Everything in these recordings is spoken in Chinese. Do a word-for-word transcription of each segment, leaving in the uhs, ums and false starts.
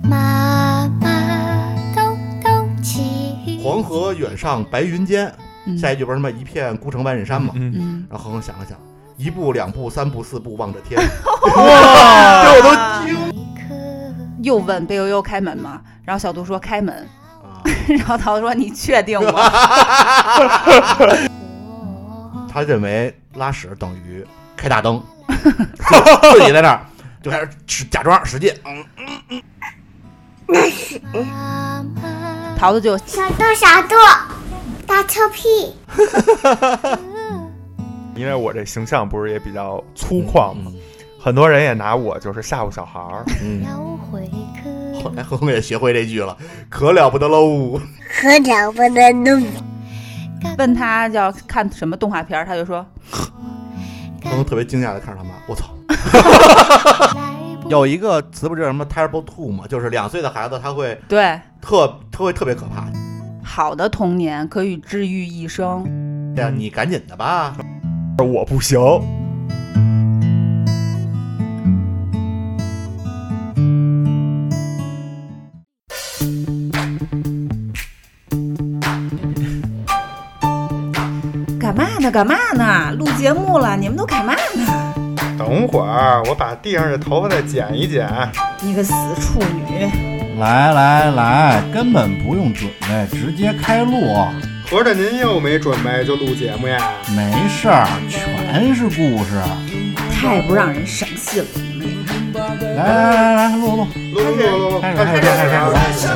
妈妈咚咚起， 黄河远上白云间。嗯、下一句不是什么一片孤城万仞山嘛？ 嗯， 然后恒恒想了想，一步两步三步四步望着天， 哇， 这我都惊。 又问贝悠悠开门吗？然后小杜说开门，啊、然后桃子说你确定吗？ 他认为拉屎等于开大灯，自己在那儿就开始假装使劲，嗯嗯嗯。桃子就小杜小杜。大臭屁因为我这形象不是也比较粗犷吗、嗯、很多人也拿我就是吓唬小孩儿。 嗯，后来恒恒也学会这句了，可了不得喽， 可了不得喽。 问他要看什么动画片，他就说恒恒特别惊讶的看着他妈，我操。有一个词不是什么 terrible two 吗？就是两岁的孩子他会对特他会特别可怕。 好的童年可以治愈一生。 对啊，你赶紧的吧， 我不行。 干嘛呢？干嘛呢？录节目了，你们都干嘛呢？ 等会儿，我把地上的头发再剪一剪。 你个死处女！ 来来来，根本不用准备，直接开录。 合着您又没准备就录节目呀？ 没事儿，全是故事。 太不让人省心了，你们。来来来来，录录录录录录， 开始开始开始开始。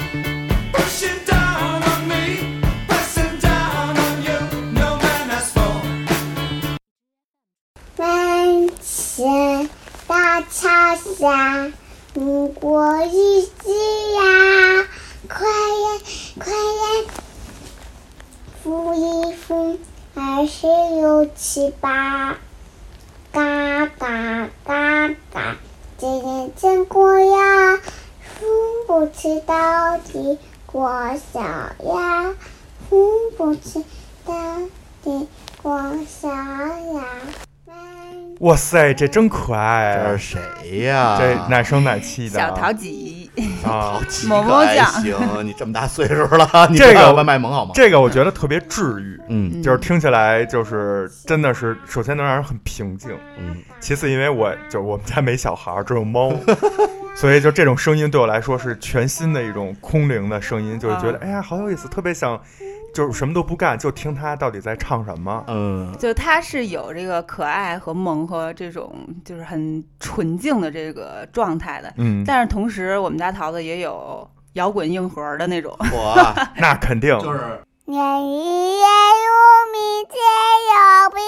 门前大桥下。如果一只呀，快点快点，扶一扶，二十六七八，嘎嘎嘎嘎，今天真过呀，扶不起到底过小呀，扶不起到底过小呀。 哇塞，这真可爱！ 这是谁呀？ 这奶声奶气的小桃吉啊， 某某酱。 行，你这么大岁数了，你这个外卖萌好吗？ 这个我觉得特别治愈， 嗯， 就是听起来就是真的是，首先能让人很平静， 嗯， 其次因为我就我们家没小孩，只有猫，所以就这种声音对我来说是全新的一种空灵的声音，就是觉得、啊、哎呀好有意思，特别想。就是什么都不干，就听他到底在唱什么。 嗯， 就他是有这个可爱和萌和这种就是很纯净的这个状态的。 嗯， 但是同时我们家桃子也有摇滚硬核的那种。 我那肯定就是。 人一夜如明天有比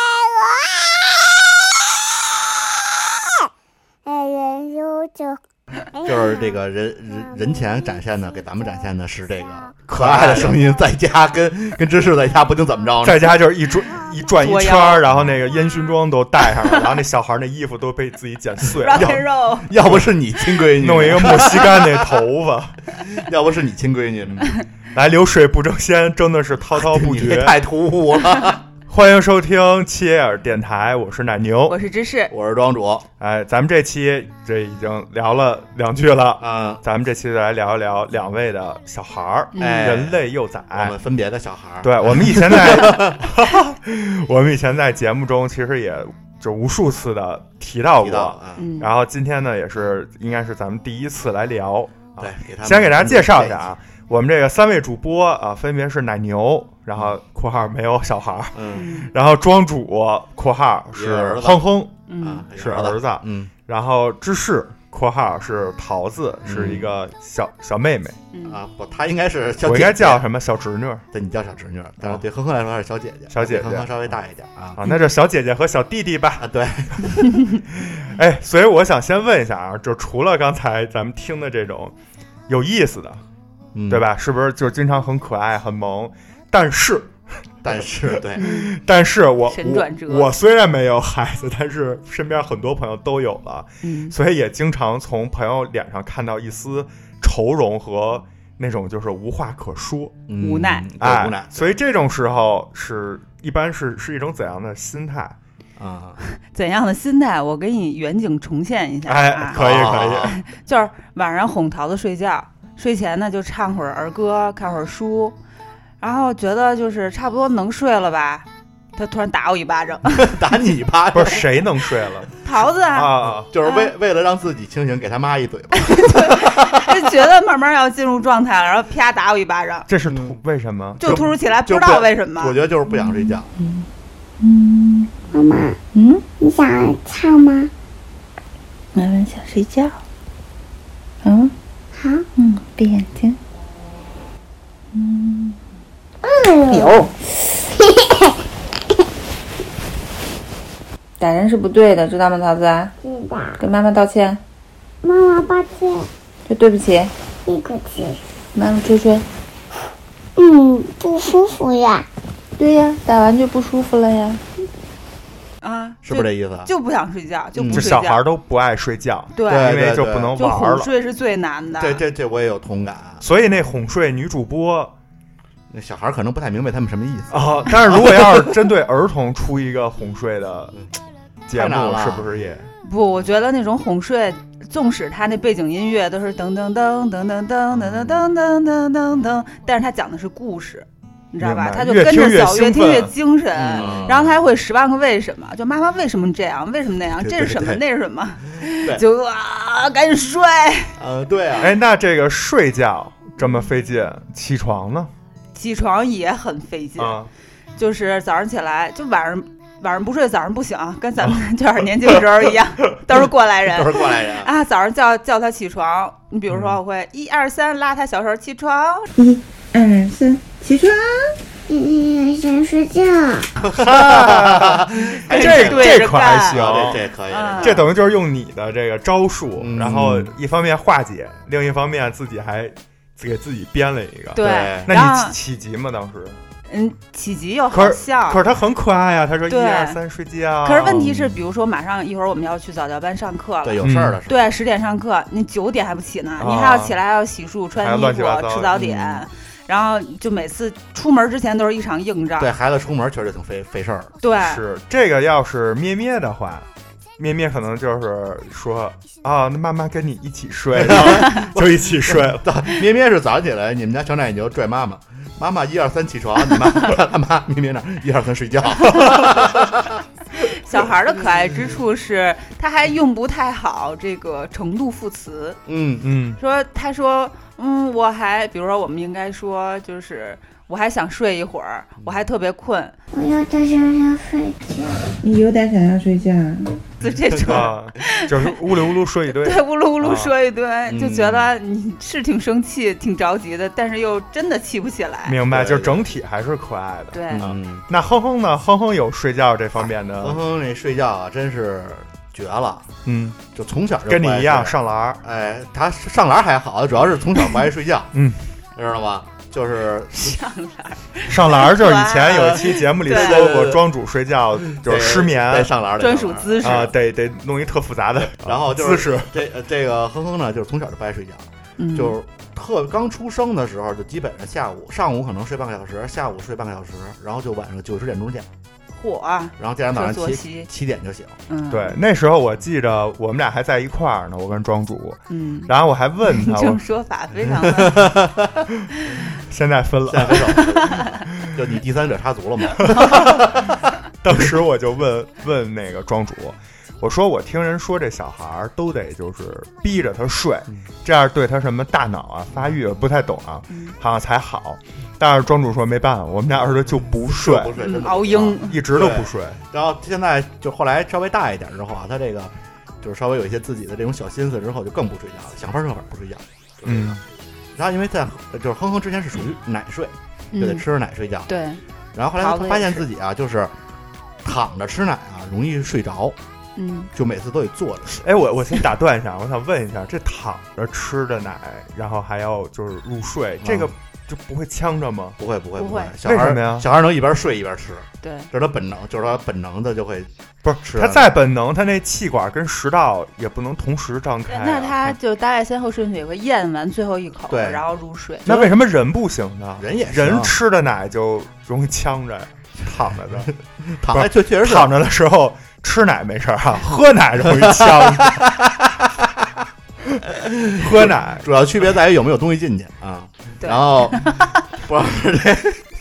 天我，人如就。 就是这个人人人前展现的，给咱们展现的是这个可爱的声音，在家跟跟芝士在家不定怎么着呢， 在家就是一转一转一圈，然后那个烟熏妆都戴上了，然后那小孩那衣服都被自己剪碎了。 要, 要不是你亲闺女， 弄一个莫西干那头发， 要不是你亲闺女， 来流水不争先，真的是滔滔不绝， 太突兀了。 欢迎收听七爷尔电台，我是奶牛， 我是芝士， 我是庄主。 哎，咱们这期这已经聊了两句了， 嗯， 咱们这期来聊一聊两位的小孩儿， 哎， 人类幼崽， 我们分别的小孩儿。 对，我们以前在，我们以前在节目中其实也就无数次的提到过， 到嗯、 然后今天呢也是应该是咱们第一次来聊， 对， 啊、 给他先给大家介绍一下啊。我们这个三位主播啊，分别是奶牛，然后括号没有小孩， 嗯， 然后庄主括号是哼哼， 嗯， 是儿子， 嗯， 然后芝士括号是桃子，是一个小、嗯、小妹妹， 嗯啊，不，她应该是小姐姐， 我应该叫什么小侄女？ 对，你叫小侄女，但是对哼哼来说还是小姐姐， 小姐姐， 哼哼稍微大一点啊， 啊，那就小姐姐和小弟弟吧， 啊，对， 哎，所以我想先问一下啊，就除了刚才咱们听的这种有意思的。 嗯、 对吧？是不是就经常很可爱、很萌？但是， 但是，对， 但是我神转折我，我虽然没有孩子，但是身边很多朋友都有了， 嗯， 所以也经常从朋友脸上看到一丝愁容和那种就是无话可说、 嗯、无奈， 哎， 无奈。 所以这种时候是一般是是一种怎样的心态？ 啊， 怎样的心态？我给你远景重现一下。 哎， 啊、 可以可以， 哦、 就是晚上哄桃子睡觉，睡前呢就唱会儿儿歌，看会儿书，然后觉得就是差不多能睡了吧，他突然打我一巴掌， 打你一巴掌， 不是谁能睡了？ 桃子啊， 啊就是为、啊、为了让自己清醒，给他妈一嘴巴， 就觉得慢慢要进入状态了，然后啪打我一巴掌。 这是突、嗯、为什么？ 就突如其来，不知道为什么。 我觉得就是不想睡觉。 嗯嗯，妈妈，嗯，你想唱吗？ 妈妈想睡觉。嗯， 好， 嗯，闭眼睛。嗯， 嗯， 有。打人是不对的，知道吗，桃子？ 知道。 跟妈妈道歉。 妈妈抱歉。 就对不起。 对不起。 妈妈吹吹。 嗯，不舒服呀。 对呀，打完就不舒服了呀。啊， 是不是这意思？ 就不想睡觉，就不睡觉。 这小孩都不爱睡觉， 对， 因为就不能玩了。 就哄睡是最难的。 这这这我也有同感。 所以那哄睡女主播。 那小孩可能不太明白他们什么意思哦，但是如果要是针对儿童出一个哄睡的节目，是不是也不？我觉得那种哄睡，纵使他那背景音乐都是噔噔噔噔噔噔噔噔噔噔噔噔噔，但是他讲的是故事，你知道吧？他就跟着小越听越精神， 嗯、 然后他还会十万个为什么，就妈妈为什么这样，为什么那样，这是什么，那是什么，就啊，赶紧睡。 呃，对啊。 哎，那这个睡觉这么费劲，起床呢？ 起床也很费劲、 啊， 就是早上起来就晚上晚上不睡，早上不醒，跟咱们这儿年轻时候一样，都是过来人， 都是过来人啊！早上叫叫他起床，你比如说我会一二三拉他小手起床， 一二三起床， 一二三睡觉。 哎，这这可还行， 这这可以， 嗯、 这等于就是用你的这个招数， 嗯、 然后一方面化解，另一方面自己还。给自己编了一个， 对， 那你起急吗？当时， 嗯，起急又好笑， 可是他很可爱呀、啊。他说一二三睡觉。 可是问题是，比如说马上一会儿我们要去早教班上课了， 对，有事儿了、嗯。 对，十点上课，你九点还不起呢，啊、你还要起来，还要洗漱、穿衣服、吃早点、嗯，然后就每次出门之前都是一场硬仗。 对，孩子出门确实挺费费事儿。 对， 是这个要是咩咩的话。咩咩可能就是说啊，那妈妈跟你一起睡，然后就一起睡了。 咩咩是早上起来，你们家小奶牛拽妈妈，妈妈一二三起床，你妈他妈咩咩那一二三睡觉。 小孩的可爱之处是，他还用不太好这个程度副词。 嗯嗯， 说他说嗯，我还比如说我们应该说就是。我还想睡一会儿，我还特别困。 我有点想要睡觉。 你有点想要睡觉， 就这种， 啊、就是呜噜呜噜说一堆， 对，呜噜呜噜说一堆， 啊、 就觉得你是挺生气、挺着急的，但是又真的气不起来。 明白，就是整体还是可爱的。 对， 嗯， 那哼哼呢？哼哼有睡觉这方面的？ 哼哼那睡觉啊，真是绝了。 嗯， 就从小就跟你一样上篮。 哎，他上篮还好，主要是从小不爱睡觉。 嗯， 知道吗？就是上篮， 上篮就是以前有一期节目里说过，庄主睡觉就是失眠， 对上篮的专属姿势啊，得得弄一特复杂的， 然后姿势。 这这个哼哼呢，就是从小就不爱睡觉， 嗯、 就是特刚出生的时候就基本上下午上午可能睡半个小时，下午睡半个小时，然后就晚上九十点钟见。 火， 然后第二天早上七七点就醒。 嗯， 对，那时候我记着我们俩还在一块儿呢，我跟庄主， 嗯， 然后我还问他， 这种说法非常的。 现在分了， 现在分手，就你第三者插足了吗？ 当时我就问问那个庄主，我说我听人说这小孩都得就是逼着他睡，这样对他什么大脑啊发育不太懂啊，好像才好。但是庄主说没办法，我们家儿子就不睡， 不睡， 嗯、熬鹰， 一直都不睡。 然后现在就后来稍微大一点之后啊，他这个就是稍微有一些自己的这种小心思之后，就更不睡觉了，想法想法不睡觉。 嗯。 然后因为在就是哼哼之前是属于奶睡，就得吃着奶睡觉。 嗯、对。 然后后来他发现自己啊，就是躺着吃奶啊，容易睡着。 嗯。 就每次都得坐着。 哎，我我先打断一下，我想问一下，这躺着吃的奶，然后还要就是入睡，嗯、这个。就不会呛着吗？ 不会不会不会， 小孩为什么呀？ 小孩能一边睡一边吃， 对， 这是他本能，就是他本能的就会不是吃。他再本能，他那气管跟食道也不能同时张开、啊。 那他就大概先后顺序也会咽完最后一口， 对， 然后入睡。 那为什么人不行呢？ 人也人吃的奶就容易呛着，躺着的， 躺着就确实是躺着的时候吃奶没事啊，喝奶容易呛。喝奶主要区别在于有没有东西进去啊。然后不是这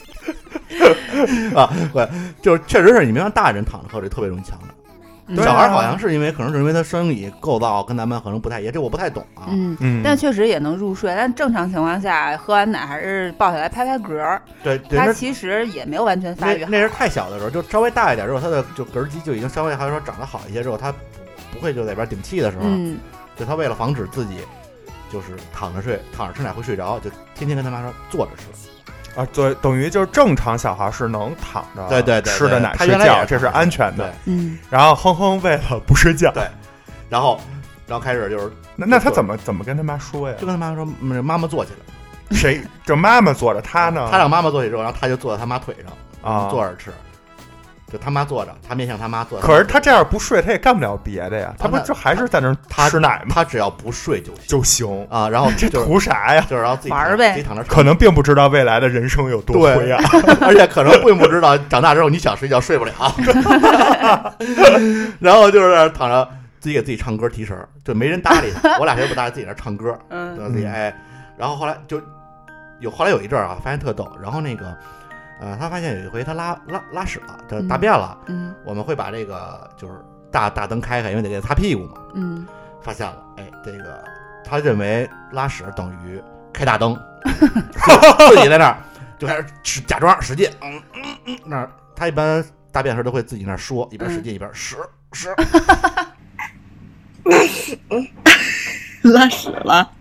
啊，对，就是确实是你们让大人躺着喝这特别容易呛的。小孩好像是因为可能是因为他生理构造跟咱们可能不太一样，这我不太懂啊。 嗯嗯，但确实也能入睡，但正常情况下喝完奶还是抱起来拍拍嗝。 对， 他其实也没有完全发育好。 那是太小的时候，就稍微大一点之后，他的就膈肌就已经稍微还是说长得好一些之后，他不会就在边顶气的时候，嗯，就他为了防止自己就是躺着睡，躺着吃奶会睡着，就天天跟他妈说坐着吃。 啊，对，等于就是正常小孩是能躺着对对对吃的奶睡觉，这是安全的。 嗯， 然后哼哼为了不睡觉， 对，然后然后开始就是那那他怎么怎么跟他妈说呀？ 就跟他妈说，妈妈坐起来。 谁？这妈妈坐着，他呢？ 他让妈妈坐起之后，然后他就坐在他妈腿上啊， 坐着吃。就他妈坐着，他面向他妈坐着。 可是他这样不睡，他也干不了别的呀。他不就还是在那儿吃奶吗？ 他只要不睡就行就行啊。然后这图啥呀？ 就是然后自己玩呗， 自己躺着。 可能并不知道未来的人生有多灰暗， 而且可能并不知道长大之后你想睡觉睡不了。然后就是躺着自己给自己唱歌提神，就没人搭理他。我俩谁也不搭理，自己在那唱歌， 嗯， 自己哎。然后后来就有后来有一阵啊，发现特逗。然后那个。呃，他发现有一回他拉拉拉屎了，就大便了。 嗯， 我们会把这个就是大大灯开开，因为得给他擦屁股嘛。 嗯， 发现了，哎，这个他认为拉屎等于开大灯，自己在那儿就开始假装使劲，嗯嗯嗯，那他一般大便时都会自己那儿说，一边使劲一边屎屎。 拉屎， 拉屎了，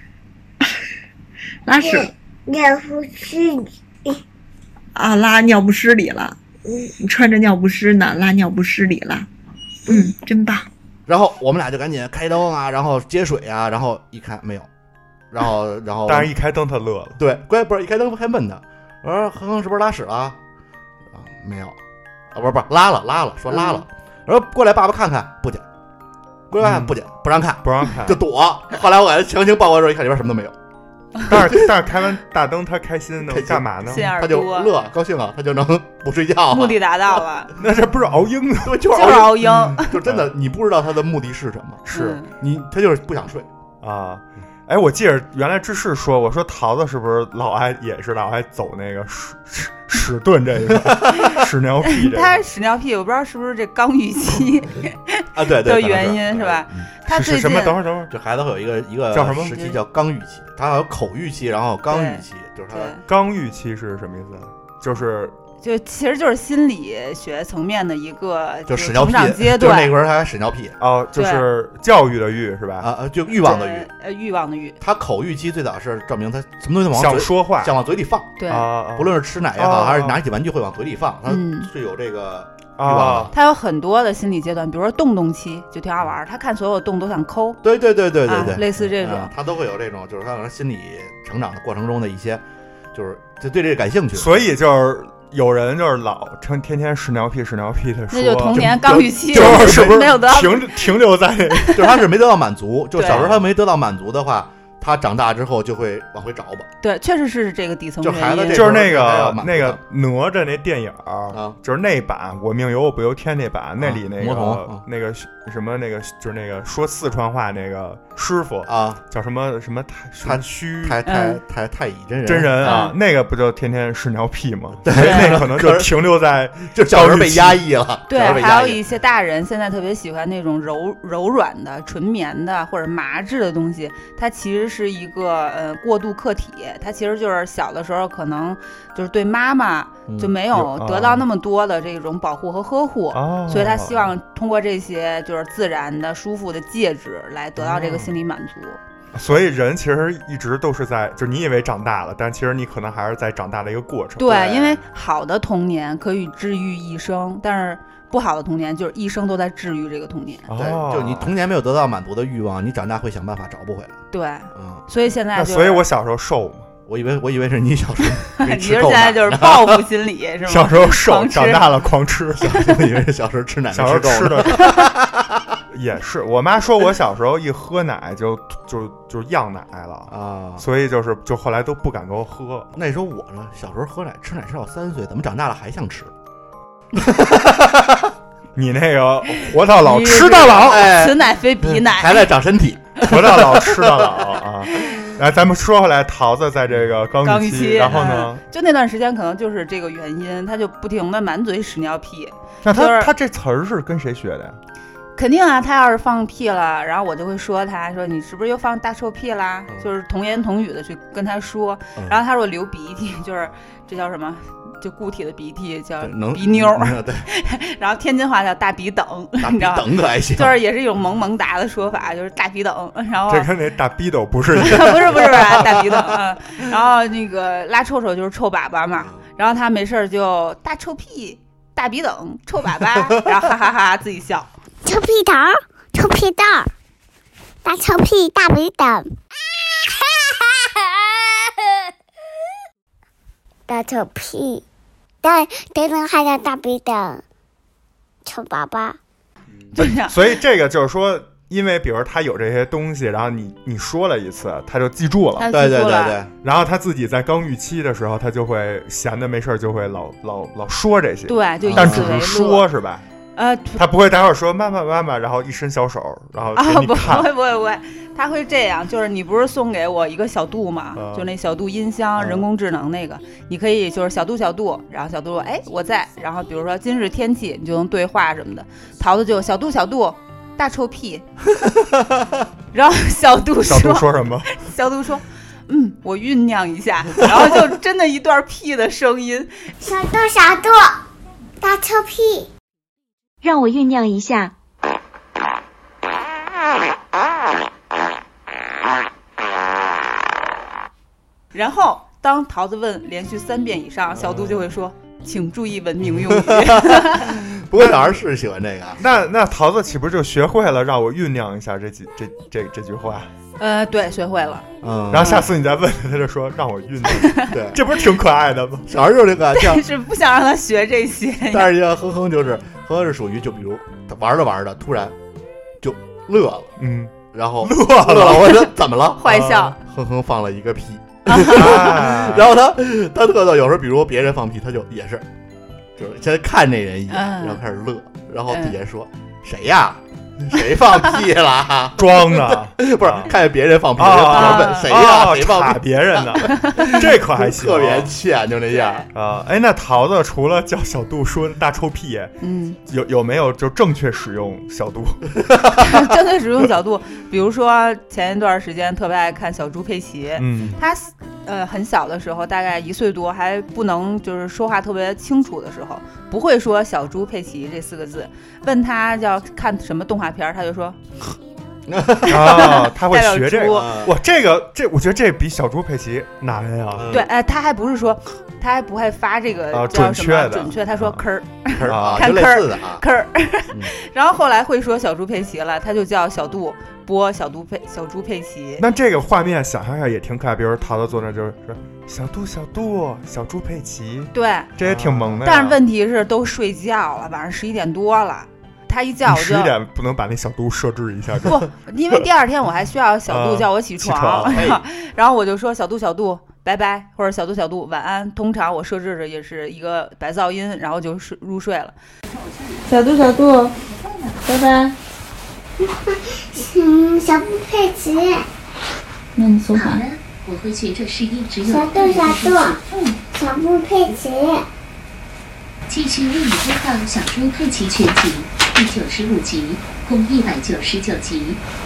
拉屎， 尿不湿啊，拉尿不湿里了。你穿着尿不湿呢，拉尿不湿里了。嗯，真棒。 然后我们俩就赶紧开灯啊，然后接水啊，然后一看没有，然后然后， 但是一开灯他乐了。 对，关不是一开灯还问他，我说哼哼是不是拉屎了？啊，没有，啊不是不是拉了拉了，说拉了。我说过来爸爸看看，不捡，过来看不捡，不让看， 不让看， 就躲。后来我给他强行抱过之后，一看里边什么都没有。 但是但是开完大灯他开心能干嘛呢？ 他就乐高兴啊，他就能不睡觉， 目的达到了。 那这不是熬鹰对， 就是熬鹰， 就真的你不知道他的目的是什么， 是你他就是不想睡啊。哎，我记得原来芝士说，我说桃子是不是老爱也是老爱走那个屎屎屎遁这个屎尿屁这个？ 他屎尿屁，我不知道是不是这刚预期啊？对对的原因是吧？他最近什么？等会儿等会儿， 这孩子会有一个一个叫什么时期叫刚预期，他还有口预期，然后刚预期，就是他刚预期是什么意思？就是。 就其实就是心理学层面的一个就屎尿屁阶段， 就那会儿他还屎尿屁哦，就是教育的育是吧？ 啊就欲望的欲， 呃欲望的欲。 他口欲期最早是证明他什么东西往想说话， 想往嘴里放， 对啊， 不论是吃奶也好，还是拿起玩具会往嘴里放，他是有这个欲望的。 他有很多的心理阶段，比如说动动期就挺好玩，他看所有动都想抠， 对对对对对对， 类似这种， 他都会有这种，就是他可能心理成长的过程中的一些，就是就对这个感兴趣， 所以就是。有人就是老成天天屎尿屁屎尿屁的说， 那就童年刚预期， 就是没有得停停留在， 就是他是没得到满足，就小时候他没得到满足的话，他长大之后就会往回找吧。 对，确实是这个底层原因。 就孩子就是那个那个哪吒那电影啊， 就是那版我命由我不由天那版，那里那个魔童那个什么那个就是那个说四川话那个师傅啊， 叫什么什么太虚太太太太乙真人真人啊，那个不就天天屎尿屁吗？所以那可能就停留在就小时候被压抑了。 对，还有一些大人现在特别喜欢那种柔柔软的、纯棉的或者麻质的东西，它其实是一个呃过渡客体，它其实就是小的时候可能就是对妈妈就没有得到那么多的这种保护和呵护， 嗯哦、 所以他希望通过这些就是自然的、舒服的介质来得到这个心理满足。 哦、所以人其实一直都是在，就是你以为长大了，但其实你可能还是在长大的一个过程。 对，对因为好的童年可以治愈一生，但是不好的童年就是一生都在治愈这个童年。 对，哦、就你童年没有得到满足的欲望，你长大会想办法找不回来。 对， 嗯， 所以现在、就是， 所以我小时候瘦嘛。 我以为我以为是你小时候， 你是现在就是报复心理是吗？ 小时候瘦，长大了狂吃。 小时候以为是小时候吃奶， 小时候吃的也是。我妈说我小时候一喝奶就就就漾奶了啊，所以就是就后来都不敢给我喝。 那你说我呢？小时候喝奶吃奶吃到三岁，怎么长大了还想吃？ 你那个活到老吃到老， 哎， 此奶非彼奶， 还在长身体， 活到老吃到老啊！来，咱们说回来，桃子在这个刚刚预期，然后呢、 嗯，就那段时间可能就是这个原因，他就不停的满嘴屎尿屁。 那他、 就是他这词儿是跟谁学的呀？ 肯定啊，他要是放屁了，然后我就会说他说你是不是又放大臭屁啦？ 嗯、 就是童言童语的去跟他说。 嗯、 然后他说流鼻涕，就是这叫什么？就固体的鼻涕叫鼻妞， 对。然后天津话叫大鼻等，你知道吗？ 可还行， 就是也是一种萌萌哒的说法，就是大鼻等。然后这跟那大逼斗不是不是不是不是大鼻等啊。然后那个拉臭臭就是臭粑粑嘛，然后他没事就大臭屁、大鼻等、臭粑粑，然后哈哈哈自己笑。 臭屁头，臭屁蛋，大臭屁，大鼻等，大臭屁。对，对方还叫大鼻等，臭粑粑， 就这样。 所以这个就是说，因为比如他有这些东西，然后你你说了一次，他就记住了。 对对对对。 然后他自己在刚预期的时候，他就会闲的没事就会老老老说这些。 对，就以但此为乐。 只是说是吧？ 呃， 他不会待会儿说妈妈妈妈，然后一伸小手，然后给你看。 啊、不, 不会不会不会，他会这样，就是你不是送给我一个小度嘛， 嗯、 就那小度音箱、嗯、人工智能那个，你可以就是小度小度，然后小度说哎我在，然后比如说今日天气，你就能对话什么的。桃子就小度小度大臭屁，然后小度说小度说什么？ 小度说。嗯，我酝酿一下，然后就真的一段屁的声音。 小度小度大臭屁。 让我酝酿一下。 然后当桃子问连续三遍以上，小度就会说请注意文明用语。 不过小孩是喜欢这个。 那那桃子岂不是就学会了让我酝酿一下这几这这这句话？ 呃，对，学会了。 嗯，然后下次你再问他，他就说让我酝酿。对，这不是挺可爱的吗？ 小孩就是这个， 但是不想让他学这些。 但是像哼哼就是哼哼是属于就比如他玩着玩着突然就乐了， 嗯， 然后乐了， 乐了，我说怎么了？ 坏笑。 啊、哼哼放了一个屁，啊、然后他他特逗，有时候比如别人放屁，他就也是就是先看那人一眼，嗯、然后开始乐，然后底下说、嗯、谁呀？谁放屁了？ 装的， 不是看见别人放屁， 啊、 问谁呀？ 啊、 谁放屁？ 别人的，这可还行， 特别欠，就那样啊。哎，那桃子除了叫小度说大臭屁， 嗯， 有有没有就正确使用小度？ 正确使用小度，比如说前一段时间特别爱看小猪佩奇， 嗯， 他呃很小的时候，大概一岁多，还不能就是说话特别清楚的时候，不会说小猪佩奇这四个字，问他要看什么动画片，他就说啊，他会学这个。哇，这个这我觉得这比小猪佩奇难呀。 对，哎，他还不是说，他还不会发这个叫什么准确，他说吭儿，看吭儿，吭儿。然后后来会说小猪佩奇了，他就叫小度播小猪佩小猪佩奇。 那这个画面想象一下也挺可爱，比如桃子坐那就是说小度小度小猪佩奇， 对， 这也挺萌的。 但是问题是都睡觉了，晚上十一点多了。他一叫我就十一点不能把那小度设置一下， 不，因为第二天我还需要小度叫我起床， 啊、起床然后我就说小度小度拜拜，或者小度小度晚安。通常我设置的也是一个白噪音，然后就睡入睡了。小度小度拜拜。 嗯，小布佩奇。 那你说啥？ 我会觉这是一直有小度小度小布佩奇。 继续为你播放小猪佩奇全集第九十五集，共一百九十九集。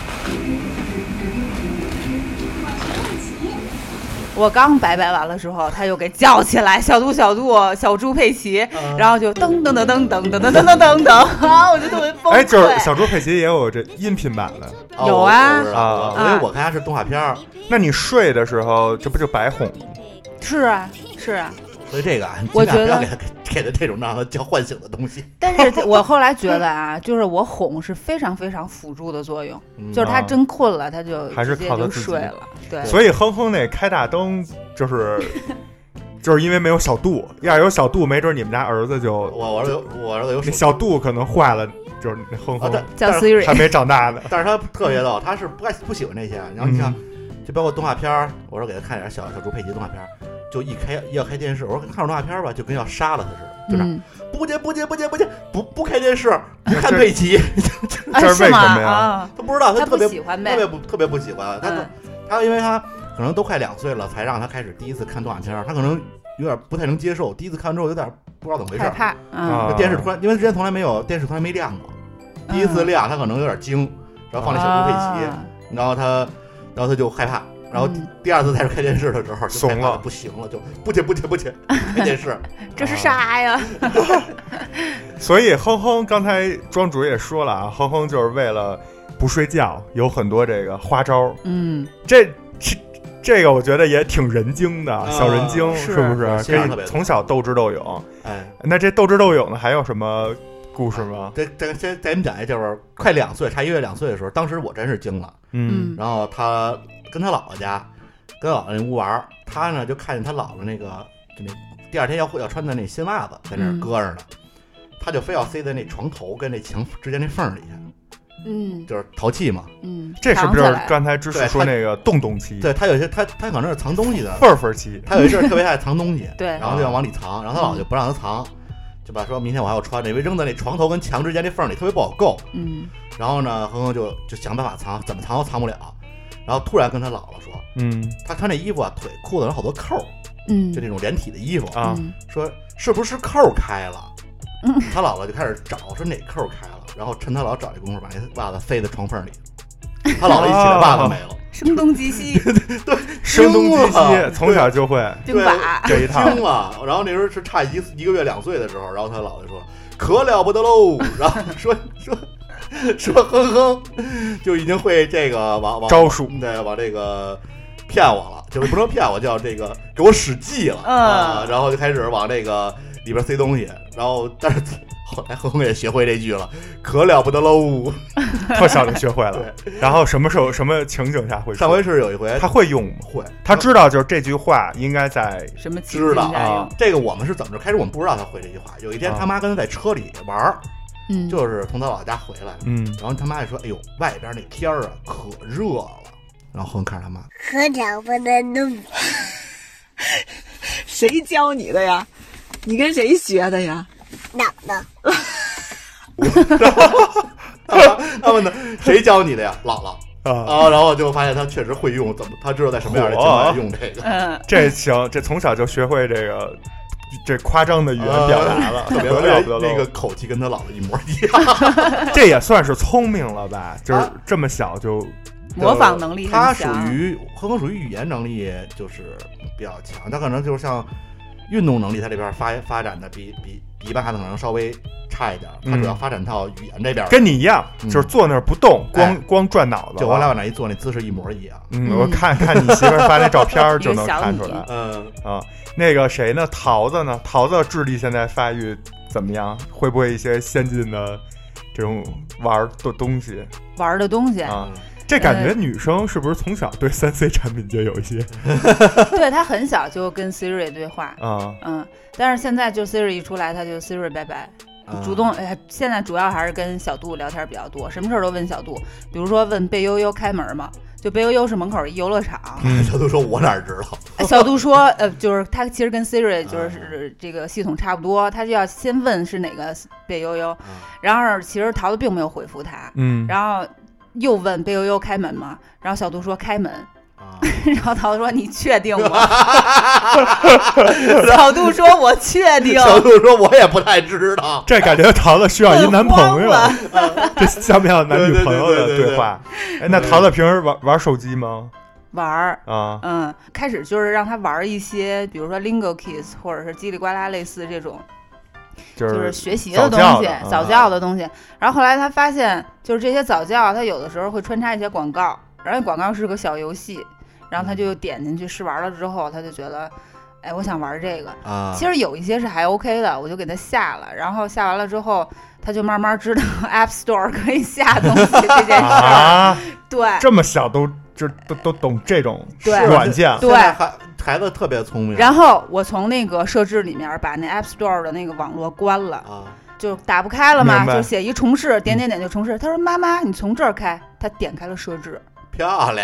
我刚拜拜完了之后，他又给叫起来，小度小度小猪佩奇，嗯、然后就噔噔噔噔噔噔噔噔噔噔噔啊，我就特别崩溃。 哎，就是小猪佩奇也有这音频版的， 哦、 有啊啊，因为我看它是动画片儿。 那你睡的时候，这不就白哄吗？ 是啊，是啊。 所以这个啊， 我觉得不要给他给他这种让他叫唤醒的东西。 但是我后来觉得啊，就是我哄是非常非常辅助的作用， 嗯、 就是他真困了，他就还是靠他自己就睡了。对， 所以哼哼那开大灯就是就是因为没有小度，要有小度，没准你们家儿子就我我儿子有我儿子有那小度可能坏了，就是那哼哼、 啊、 叫 Siri 还没长大呢。 但是他特别逗，他是不爱不喜欢这些。然后你看，嗯、就包括动画片儿，我说给他看点小小猪佩奇动画片儿。就一开要开电视，我说看会动画片吧，就跟要杀了他似的，就那、嗯、不接不接不接不接不不开电视， 看佩奇， 这是为什么呀？ 啊、 他不知道， 他特别不喜欢呗， 特别不特别不喜欢他。 嗯、 他因为他可能都快两岁了，才让他开始第一次看动画片，他可能有点不太能接受。第一次看完之后有点不知道怎么回事， 害怕。嗯， 电视突然，因为之前从来没有电视从来没亮过，第一次亮他可能有点惊，然后放那小猪佩奇，啊、然后他然后他就害怕。然后第二次再开电视的时候，就怂了， 不行了，就不接不接不接开电视， 这是啥呀？ 所以哼哼刚才庄主也说了啊，哼哼就是为了不睡觉，有很多这个花招。 嗯， 这这这个我觉得也挺人精的， 啊、 小人精是不是？可以从小斗智斗勇。 哎， 那这斗智斗勇呢，还有什么故事吗？ 这这这咱们讲一，就是快两岁，差一月两岁的时候，当时我真是惊了。 嗯， 然后他。跟他姥姥家，跟姥姥那屋玩，他呢就看见他姥姥那个，就那第二天要要穿的那新袜子在那儿搁着呢，嗯、他就非要塞在那床头跟那墙之间那缝里去， 嗯， 就是淘气嘛， 嗯， 这是不是刚才芝士说那个洞洞期？ 对他有些他他可能是藏东西的缝缝期， 他有一阵儿特别爱藏东西， 对， 然后就要往里藏，然后他姥姥就不让他藏，就把说明天我还要穿，因为扔在那床头跟墙之间那缝里特别不好够， 嗯， 然后呢，哼哼就就想办法藏，怎么藏都藏不了。然后突然跟他姥姥说， 嗯， 他穿那衣服啊，腿裤子有好多扣， 嗯， 就那种连体的衣服啊， 说是不是扣开了？嗯，他姥姥就开始找，说哪扣开了，然后趁他姥找这功夫，把那袜子塞在床缝里，他姥姥一起来袜子没了， 声东击西， 对， 声东击西，从小就会兵法这一套。 惊了，然后那时候是差一一个月两岁的时候，然后他姥姥就说可了不得喽，然后说说。说哼哼，就已经会这个往往招数， 对，往这个骗我了，就是不能骗我，叫这个给我使计了、 嗯、 啊，然后就开始往这个里边塞东西，然后但是后来哼哼也学会这句了，可了不得喽， 特小就学会了。然后什么时候什么情景下会说？ 上回是有一回他会用吗？ 会， 他知道就是这句话应该在什么知道啊？ 这个我们是怎么着？开始我们不知道他会这句话，有一天他妈跟他在车里玩。啊嗯， 就是从他姥姥家回来， 嗯， 然后他妈就说：“哎呦，外边那天儿啊可热了。”然后哼看着他妈， 可了不得喽！ 谁教你的呀？你跟谁学的呀？ 姥姥。 他问他谁教你的呀？姥姥。 啊啊！然后就发现他确实会用，怎么他知道在什么样的情况下用这个。 嗯， 这行，这从小就学会这个。这夸张的语言表达了， 特别了不得， 那个口气跟他姥姥一模一样。 这也算是聪明了吧？就是这么小就模仿能力很强。他强， 属于哼哼属于语言能力就是比较强，他可能就是像运动能力，他这边发发展的比比比一般孩子可能稍微差一点。他主要发展到语言这边， 跟你一样， 嗯、 就是坐那儿不动，光、哎、光转脑子。 就我俩往那一坐，那姿势一模一样。 嗯，嗯我看看你媳妇发那照片就能看出来。 嗯啊。那个谁呢？桃子呢？桃子智力现在发育怎么样？会不会一些先进的这种玩的东西？ 玩的东西啊，这感觉女生是不是从小对三 C 产品就有一些？ 对，她很小就跟 Siri 对话啊， 嗯，但是现在就 Siri 一出来，她就 Siri 拜拜。主动哎，现在主要还是跟小杜聊天比较多，什么事都问小杜，比如说问贝悠悠开门嘛。就贝悠悠是门口一游乐场， 嗯、小杜说：“我哪知道？” 小杜说：“呃，就是他其实跟 Siri 就是这个系统差不多，他就要先问是哪个贝悠悠， 嗯、 然后其实桃子并没有回复他， 嗯， 然后又问贝悠悠开门吗？然后小杜说开门。” 啊、 然后桃子说：“你确定吗？”小杜说：“我确定。” 小杜说：“我也不太知道。” 这感觉桃子需要一男朋友，这像不像男女朋友的对话？哎，那桃子平时玩玩手机吗？ 玩儿啊， 嗯，开始就是让他玩一些，比如说 Lingo Kids 或者是叽里呱啦类似这种。就是学习的东西，早教的东西。然后后来他发现，就是这些早教，他有的时候会穿插一些广告，然后广告是个小游戏，然后他就点进去试玩了之后，他就觉得，哎，我想玩这个。 啊， 其实有一些是还 OK 的，我就给他下了，然后下完了之后，他就慢慢知道 App Store 可以下东西这件事。 啊， 对， 这么小都就都都懂这种对软件， 对。 孩孩子特别聪明。 然后我从那个设置里面把那 App Store 的那个网络关了， 啊， 就打不开了嘛， 明白就写一重试，点点点就重试。他说妈妈，你从这儿开，他点开了设置， 漂亮。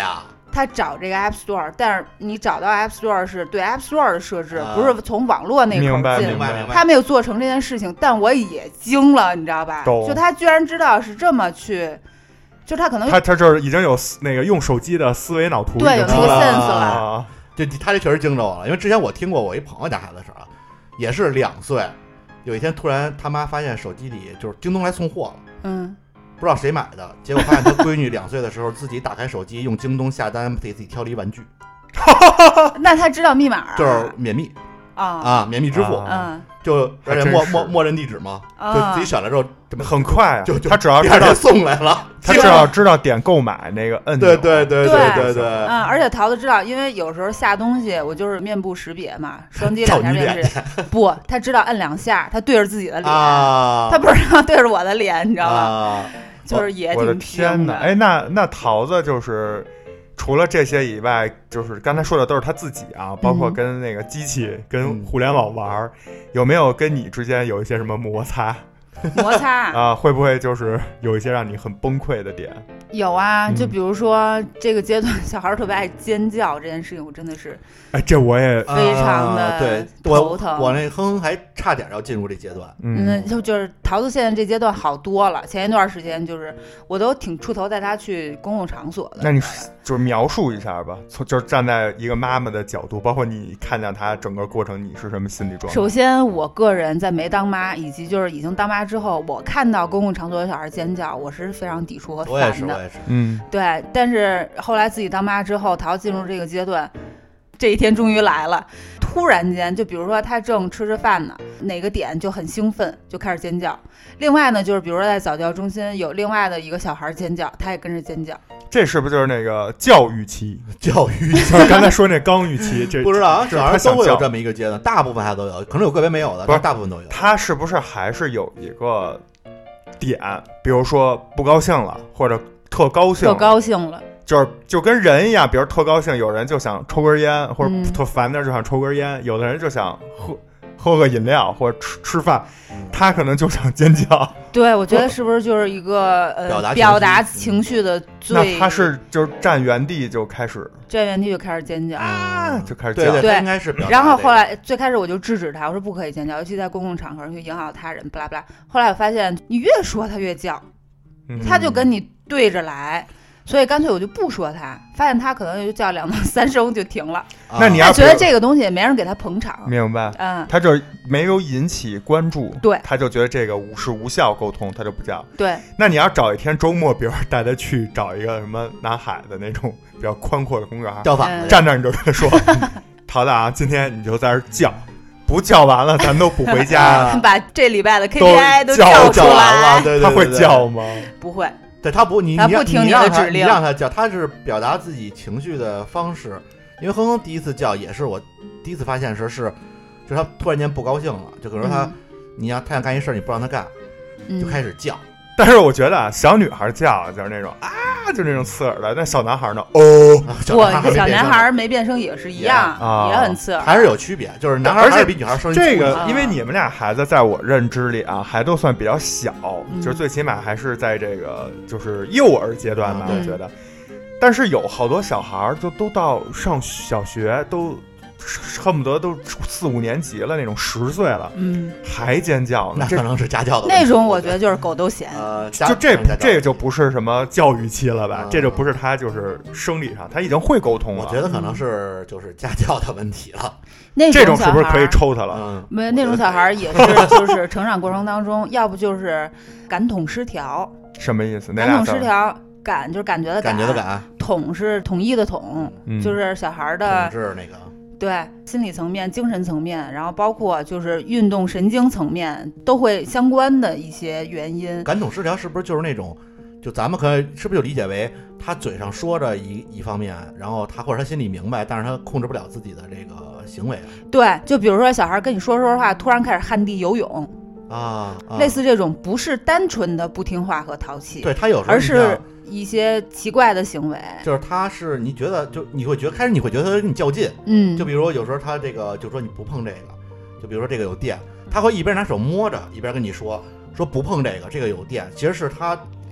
他找这个 App Store， 但是你找到 App Store 是对 App Store 的设置， 啊、 不是从网络那口明白进。 明白明白。 他没有做成这件事情，但我也惊了，你知道吧？就他居然知道是这么去，就他可能他他这已经有那个用手机的思维脑图， 对，有那个 sense 了。 啊、就他这确实惊着我了，因为之前我听过我一朋友家孩子的事儿，也是两岁，有一天突然他妈发现手机里就是京东来送货了， 嗯。 不知道谁买的，结果发现他闺女两岁的时候自己打开手机用京东下单给自己挑了一玩具， 那他知道密码、啊， 就是免密啊啊，免密支付， 嗯， 就而且默默默认地址嘛， 啊、 就自己选了之后， 很快啊， 就就他只要知道送来了， 他只要知道点购买那个摁钮， 对对对对对对， 嗯，而且桃子知道，因为有时候下东西我就是面部识别嘛，双击两下辨识，不，他知道摁两下，他对着自己的脸， 啊、 他不知道对着我的脸，你知道吧？ 啊就是也挺我的天哪！哎，那那桃子就是除了这些以外，就是刚才说的都是他自己啊，包括跟那个机器、嗯、跟互联网玩，有没有跟你之间有一些什么摩擦？ 摩擦啊，会不会就是有一些让你很崩溃的点？ 有啊，就比如说、嗯、这个阶段小孩特别爱尖叫这件事情，我真的是， 哎，这我也非常的对头疼。 呃、我, 我那哼哼还差点要进入这阶段， 嗯，就就是桃子现在这阶段好多了。前一段时间就是我都挺出头带他去公共场所的。 那你就是描述一下吧，从就是站在一个妈妈的角度，包括你看见他整个过程，你是什么心理状态？ 首先，我个人在没当妈以及就是已经当妈之后，我看到公共场所有小孩尖叫，我是非常抵触和烦的。 我也是，我也是， 嗯， 对。但是后来自己当妈之后，桃子进入这个阶段。这一天终于来了，突然间，就比如说他正吃着饭呢，哪个点就很兴奋，就开始尖叫。另外呢，就是比如说在早教中心有另外的一个小孩尖叫，他也跟着尖叫。 这是不是就是那个教育期？ 教育期， 刚才说那刚育期，这不知道啊， 小孩都会有这么一个阶段，大部分孩子都有，可能有个别没有的，但是大部分都有。 他是不是还是有一个点，比如说不高兴了，或者特高兴， 特高兴了？ 就是就跟人一样，比如特高兴，有人就想抽根烟，或者特烦的就想抽根烟，嗯、有的人就想喝喝个饮料或者吃吃饭，他可能就想尖叫。 对，我觉得是不是就是一个呃表达表达情绪的最？ 那他是就站原地就开始站原地就开始尖叫啊，就开始叫， 对对，应该是。 然后后来最开始我就制止他，我说不可以尖叫，尤其在公共场合去影响他人，不拉不拉。后来我发现你越说他越叫， 嗯、 他就跟你对着来。所以干脆我就不说他，发现他可能就叫两到三声就停了。 啊、那你要觉得这个东西也没人给他捧场， 明白？ 嗯， 他就没有引起关注， 对， 他就觉得这个无是无效沟通，他就不叫。 对， 那你要找一天周末，比如带他去找一个什么南海的那种比较宽阔的公园， 叫反了， 站那儿你就跟他说：“陶大啊，今天你就在这儿叫。”不叫完了，咱都不回家。 把这礼拜的 K P I 都叫出来了，对对对， 他会叫吗？ 不会。 对他不，你他不听你的指令， 你让他叫，他是表达自己情绪的方式。因为哼哼第一次叫也是我第一次发现时是，就是他突然间不高兴了，就可能他、嗯、你让他想干一事你不让他干，就开始叫。 嗯、但是我觉得啊，小女孩叫就是那种啊，就那种刺耳的，那小男孩呢？哦， 我小男孩没变声也是一样， 啊、 也很刺耳， 还是有区别。就是男孩还是比女孩声音这个，因为你们俩孩子在我认知里啊，还都算比较小， 嗯、 就是最起码还是在这个就是幼儿阶段吧， 嗯、 我觉得。但是有好多小孩就都到上小学都。恨不得都四五年级了，那种十岁了， 嗯， 还尖叫呢，那可能是家教的那种，我觉得就是狗都嫌。 呃， 就这这个就不是什么教育期了吧？嗯、这就不是他就是生理上，他已经会沟通了。 我觉得可能是就是家教的问题了。 那这种是不是可以抽他了？ 嗯， 没那种小孩也是，就是成长过程当中，要不就是感统失调。 什么意思？ 感统失调。感就是感觉的感，感觉的感， 统是统一的统， 嗯、 就是小孩的统治那个。 对心理层面、精神层面，然后包括就是运动神经层面都会相关的一些原因。 感统失调是不是就是那种，就咱们可以是不是就理解为他嘴上说着一一方面，然后他或者他心里明白，但是他控制不了自己的这个行为。 对，就比如说小孩跟你说说话，突然开始旱地游泳啊，啊类似这种，不是单纯的不听话和淘气， 对他有时候而是一些奇怪的行为， 就是他是你觉得就你会觉得开始你会觉得他跟你较劲， 嗯， 就比如有时候他这个就说你不碰这个，就比如说这个有电，他会一边拿手摸着一边跟你说说不碰这个，这个有电，其实是他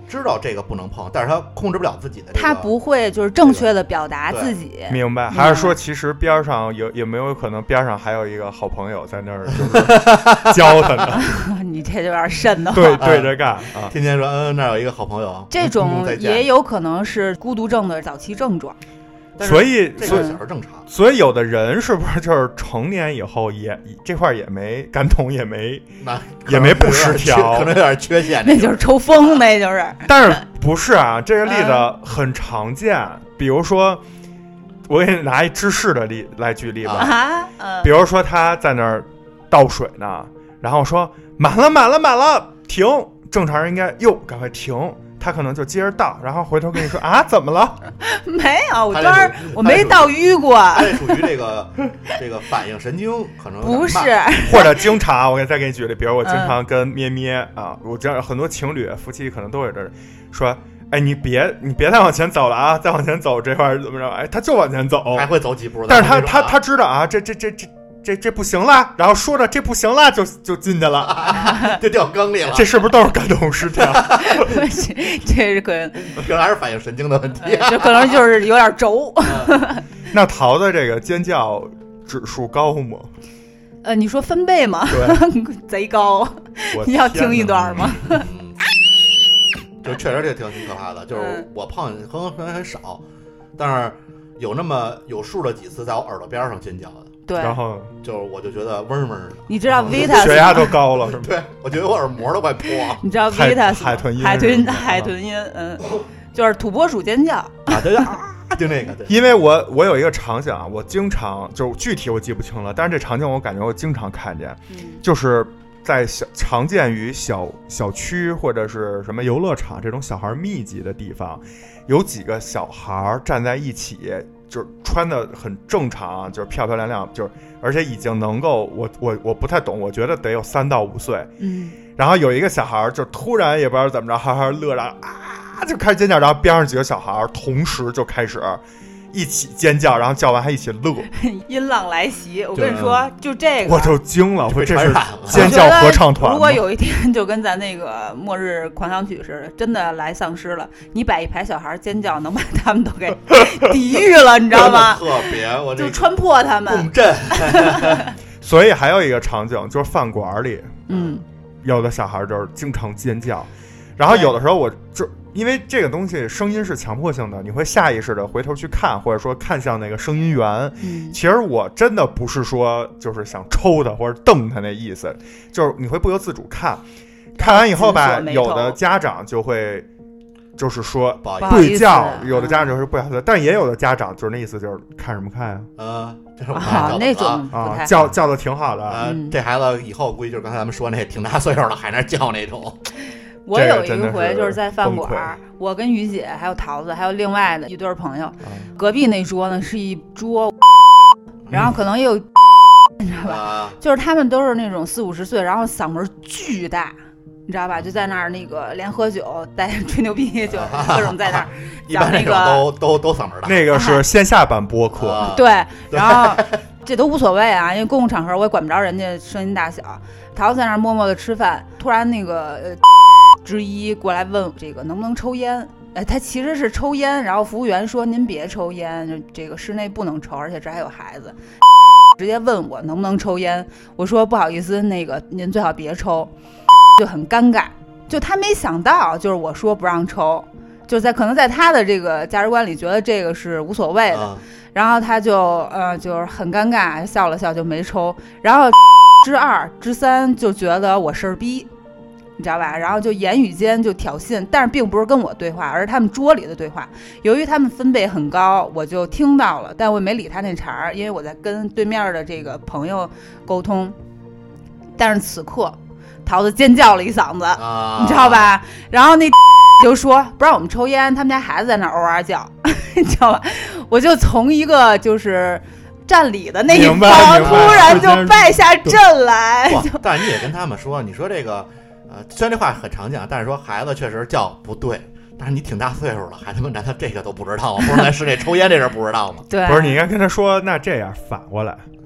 知道这个不能碰，但是他控制不了自己的、这个， 他不会就是正确的表达自己。 明白？还是说其实边上有有没有可能边上还有一个好朋友在那儿就是教他呢？ 你这就有点瘆得慌。 对对着干啊！ 天天说嗯，那有一个好朋友， 这种也有可能是孤独症的早期症状。 所以这个小孩正常， 所以有的人是不是就是成年以后也这块也没感统，也没也没不失调， 可能有点缺陷， 那就是抽风，那就是。 但是不是啊？这个例子很常见，嗯、比如说，我给你拿一芝士的例来举例吧。 啊，嗯、 比如说他在那儿倒水呢，然后说满了满了满了，停。正常人应该哟赶快停。他可能就接着倒，然后回头跟你说啊，怎么了？ 没有，我当时我没倒淤过。 他这属于这个这个反应神经可能不是， 或者经常，我给再给你举例，比如我经常跟咩咩、嗯、啊，我知道很多情侣夫妻可能都有这说，哎，你别你别再往前走了啊，再往前走这块怎么着？哎，他就往前走， 还会走几步， 但是他他他知道啊，这这这这。这这不行了，然后说着这不行了，就就进去了， 就掉缸里了。 这是不是都是感统失调？ 这是可能， 可能还是反应神经的问题、啊， 就可能就是有点轴。 那桃子这个尖叫指数高吗？ 呃，你说分贝吗？ 对， 贼高。你要听一段吗？ 嗯、就确实这挺挺可怕的，就是我碰见很很很少，但是有那么有数的几次在我耳朵边上尖叫的。 对， 然后就是我就觉得嗡嗡的。 你知道 Vita 血压都高了是吗？ 对，我觉得我耳膜都快破。 你知道 Vita 海豚音， 海豚海豚音，嗯，就是土拨鼠尖叫啊，对啊，就那个。对， 因为我我有一个场景啊，我经常就具体我记不清了，但是这场景我感觉我经常看见， 嗯、 就是在小常见于小小区或者是什么游乐场这种小孩密集的地方，有几个小孩站在一起。就是穿的很正常，就是漂漂亮亮，就是而且已经能够，我我我不太懂，我觉得得有三到五岁， 嗯， 然后有一个小孩就突然也不知道怎么着，哈哈乐着啊，就开始尖叫，然后边上几个小孩同时就开始一起尖叫，然后叫完还一起乐， 音浪来袭。我跟你说，就这个我就惊了，我这是尖叫合唱团。 如果有一天就跟咱那个末日狂想曲似的，真的来丧尸了，你摆一排小孩尖叫，能把他们都给抵御了，你知道吗？ 特别，我就穿破他们， 共振。 所以还有一个场景就是饭馆里， 嗯， 有的小孩就是经常尖叫，然后有的时候我就。因为这个东西声音是强迫性的，你会下意识的回头去看，或者说看向那个声音源。 嗯， 其实我真的不是说就是想抽他或者瞪他那意思，就是你会不由自主看，看完以后吧，有的家长就会就是说对叫，有的家长就是不好意思，但也有的家长就是那意思就是看什么看呀？ 呃，就是啊，那种啊，叫叫的挺好的。 呃，这孩子以后估计就是刚才咱们说那挺大岁数了还那叫那种。 我有一回就是在饭馆，我跟于姐还有桃子还有另外的一对朋友， 嗯、 隔壁那桌呢是一桌，然后可能也有，你知道吧？ 啊、 就是他们都是那种四五十岁，然后嗓门巨大，你知道吧？就在那儿那个连喝酒带吹牛逼，就各种在那儿讲那个， 啊、都都都嗓门大。 那个是线下版播客， 啊、 对，然后这都无所谓啊，因为公共场合我也管不着人家声音大小。桃子在那儿默默的吃饭，突然那个呃。之一过来问这个能不能抽烟，哎，他其实是抽烟，然后服务员说您别抽烟，这个室内不能抽，而且这还有孩子，直接问我能不能抽烟，我说不好意思，那个您最好别抽，就很尴尬，就他没想到就是我说不让抽，就在可能在他的这个价值观里觉得这个是无所谓的， 啊、 然后他就呃就是很尴尬，笑了笑就没抽，然后之二之三就觉得我事儿逼。你知道吧？然后就言语间就挑衅，但是并不是跟我对话，而是他们桌里的对话。由于他们分贝很高，我就听到了，但我没理他那茬儿，因为我在跟对面的这个朋友沟通。但是此刻，桃子尖叫了一嗓子， 啊、 你知道吧？然后那就说不让我们抽烟，他们家孩子在那儿嗷嗷叫，你知道吧？我就从一个就是占理的那一方，突然就败下阵来。 但是你也跟他们说，你说这个。呃，虽然这话很常见，但是说孩子确实叫不对，但是你挺大岁数了，孩子们难道这个都不知道吗？不是在室内抽烟这事不知道吗？ 对， 不是你应该跟他说，那这样反过来，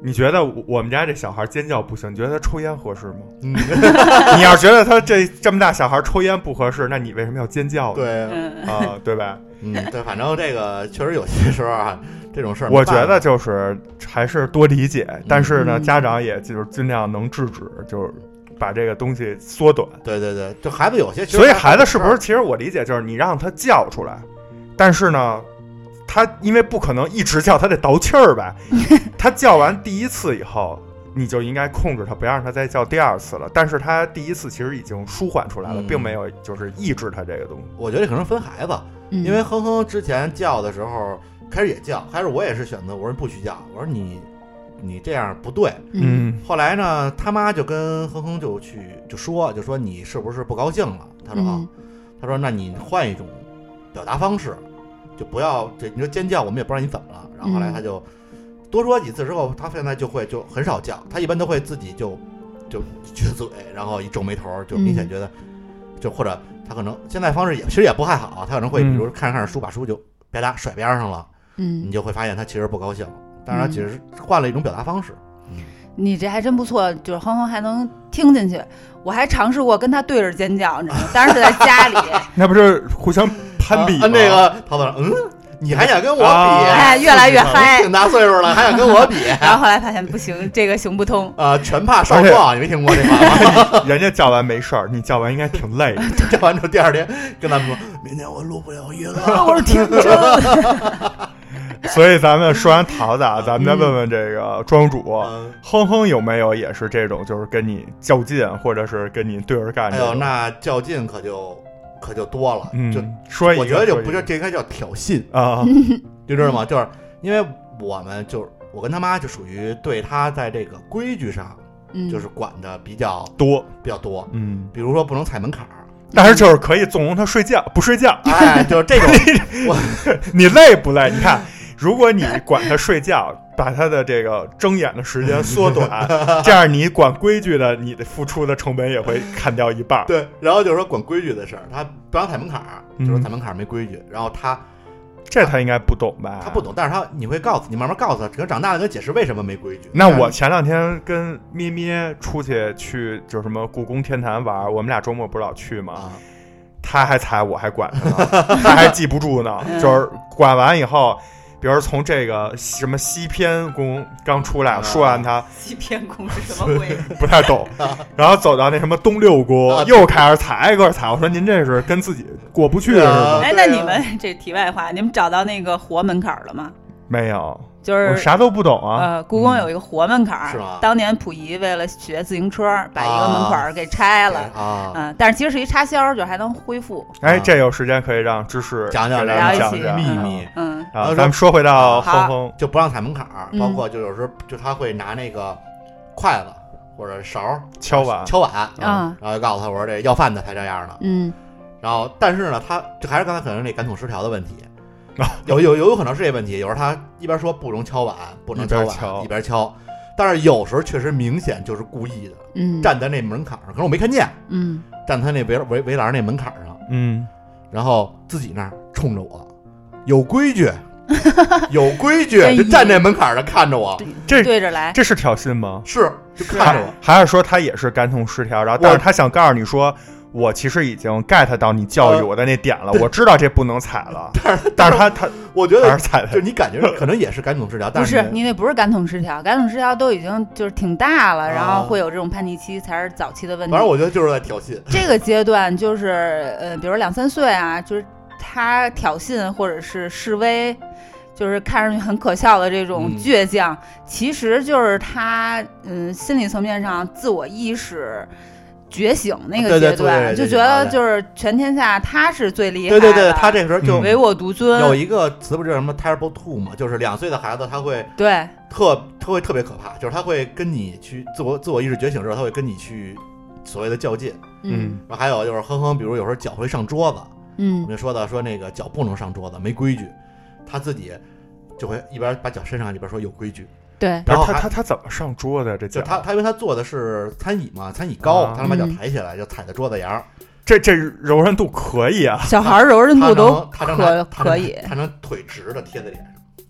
你觉得我们家这小孩尖叫不行？你觉得他抽烟合适吗？ 嗯， 你要觉得他这这么大小孩抽烟不合适，那你为什么要尖叫呢？ 对嗯啊、对吧？ 嗯，对，反正这个确实有些时候啊，这种事儿， 我觉得就是还是多理解，但是呢， 嗯家长也就是尽量能制止，就是把这个东西缩短。 对对对，就孩子有些， 所以孩子是不是？其实我理解就是你让他叫出来，但是呢，他因为不可能一直叫，他得倒气儿吧。他叫完第一次以后，你就应该控制他，不要让他再叫第二次了。但是他第一次其实已经舒缓出来了， 嗯并没有就是抑制他这个东西。 我觉得可能分孩子，因为哼哼之前叫的时候，开始也叫，开始我也是选择我说不许叫，我说你你这样不对。 嗯后来呢，他妈就跟哼哼就去就说就说你是不是不高兴了？他说啊， 嗯他说那你换一种表达方式，就不要这你说尖叫，我们也不知道你怎么了。然后后来他就多说几次之后，他现在就会就很少叫，他一般都会自己就就撅嘴，然后一皱眉头，就明显觉得、嗯、就或者他可能现在方式也其实也不太好，他可能会比如看着看着书把书就啪嗒甩边上了， 嗯， 你就会发现他其实不高兴，但是他其实换了一种表达方式。嗯， 你这还真不错，就是哼哼还能听进去。我还尝试过跟他对着尖叫，你知道吗？当然是在家里， 那不是互相攀比吗？ 啊、那个陶总，嗯。你还想跟我比？ 哎，越来越嗨， 挺大岁数了，还想跟我比？ 然后后来发现不行，这个行不通。 啊，全怕少壮，你没听过这话吗？ 人家叫完没事儿，你叫完应该挺累的。 叫完之后第二天跟他们说，明天我录不了音了。 我说挺真。所以咱们说完桃子啊，咱们再问问这个庄主， 嗯、 哼哼有没有也是这种，就是跟你较劲，或者是跟你对着干？ 哎呦，那较劲可就。可就多了， 嗯、 就说一个， 我觉得就不是这应该叫挑衅啊， 就知道吗？就是因为我们就是我跟他妈就属于对他在这个规矩上， 嗯、 就是管的比较多， 比较多， 嗯， 比如说不能踩门槛儿， 但是就是可以纵容他睡觉，不睡觉， 哎，就是这种，我你累不累？你看，如果你管他睡觉。把他的这个睁眼的时间缩短，这样你管规矩的，你的付出的成本也会砍掉一半。 对，然后就是说管规矩的事儿，他不让踩门槛儿， 嗯、 就说踩门槛儿没规矩。然后他， 这他应该不懂吧？ 他不懂，但是他你会告诉你，慢慢告诉他，可能长大了跟解释为什么没规矩。 那我前两天跟咩咩出去去就是什么故宫天坛玩，我们俩周末不是老去吗？ 啊、 他还踩，我还管他呢，他还记不住呢，就是管完以后。比如从这个什么西偏宫刚出来，说完他西偏宫是什么鬼？ 不太懂。然后走到那什么东六宫，又开始踩，挨个踩。我说您这是跟自己过不去是吗？ 哎，那你们这题外话，你们找到那个活门槛了吗？ 没有， 就是我啥都不懂啊。 呃，故宫有一个活门槛， 是吗？ 当年溥仪为了学自行车，把一个门槛给拆了啊， 嗯，但是其实是一插销，就还能恢复。 哎，这有时间可以让知识讲讲聊一起秘密。 嗯， 啊，咱们说回到哼哼， 就不让踩门槛儿，包括就有时候就他会拿那个筷子或者勺敲碗敲碗啊， 然后就告诉他我说这要饭的才这样的。 嗯， 然后但是呢，他就还是刚才可能那感统失调的问题。有有有有可能是这问题，有时候他一边说不能敲碗，不能敲碗， 一边敲， 一边敲，但是有时候确实明显就是故意的， 嗯， 站在那门槛上，可能我没看见， 嗯， 站他那围围围栏那门槛上， 嗯， 然后自己那儿冲着我，有规矩，有规矩，就站在门槛上看着我， 这对着来， 这是挑衅吗？ 是，就看着我， 还是说他也是感统失调，然后但是他想告诉你说。我其实已经 get 到你教育我的那点了，呃、我知道这不能踩了， 但是但是他他， 我觉得还是踩的， 就你感觉可能也是感统失调，但是不是你那不是感统失调，感统失调都已经就是挺大了， 啊、 然后会有这种叛逆期才是早期的问题。 反正我觉得就是在挑衅。 这个阶段就是呃，比如两三岁啊，就是他挑衅或者是示威。就是看上去很可笑的这种倔强，嗯、其实就是他嗯心理层面上自我意识觉醒那个阶段， 对对对对就觉得就是全天下他是最厉害的。对对对，他这个时候就唯我独尊。 有一个词不是叫什么 terrible two 嘛，就是两岁的孩子他会对特特会特别可怕，就是他会跟你去自我自我意识觉醒之后，他会跟你去所谓的较劲。 嗯， 然后还有就是哼哼，比如有时候脚会上桌子， 嗯， 我们说的说那个脚不能上桌子，没规矩，他自己就会一边把脚伸上一边说有规矩。 对， 然后他他他怎么上桌的？这就他他因为他坐的是餐椅嘛，餐椅高， 啊、 他能把脚抬起来，就踩在桌子沿儿。 这这柔韧度可以啊， 小孩柔韧度都可可可以， 他能腿直的贴在脸上。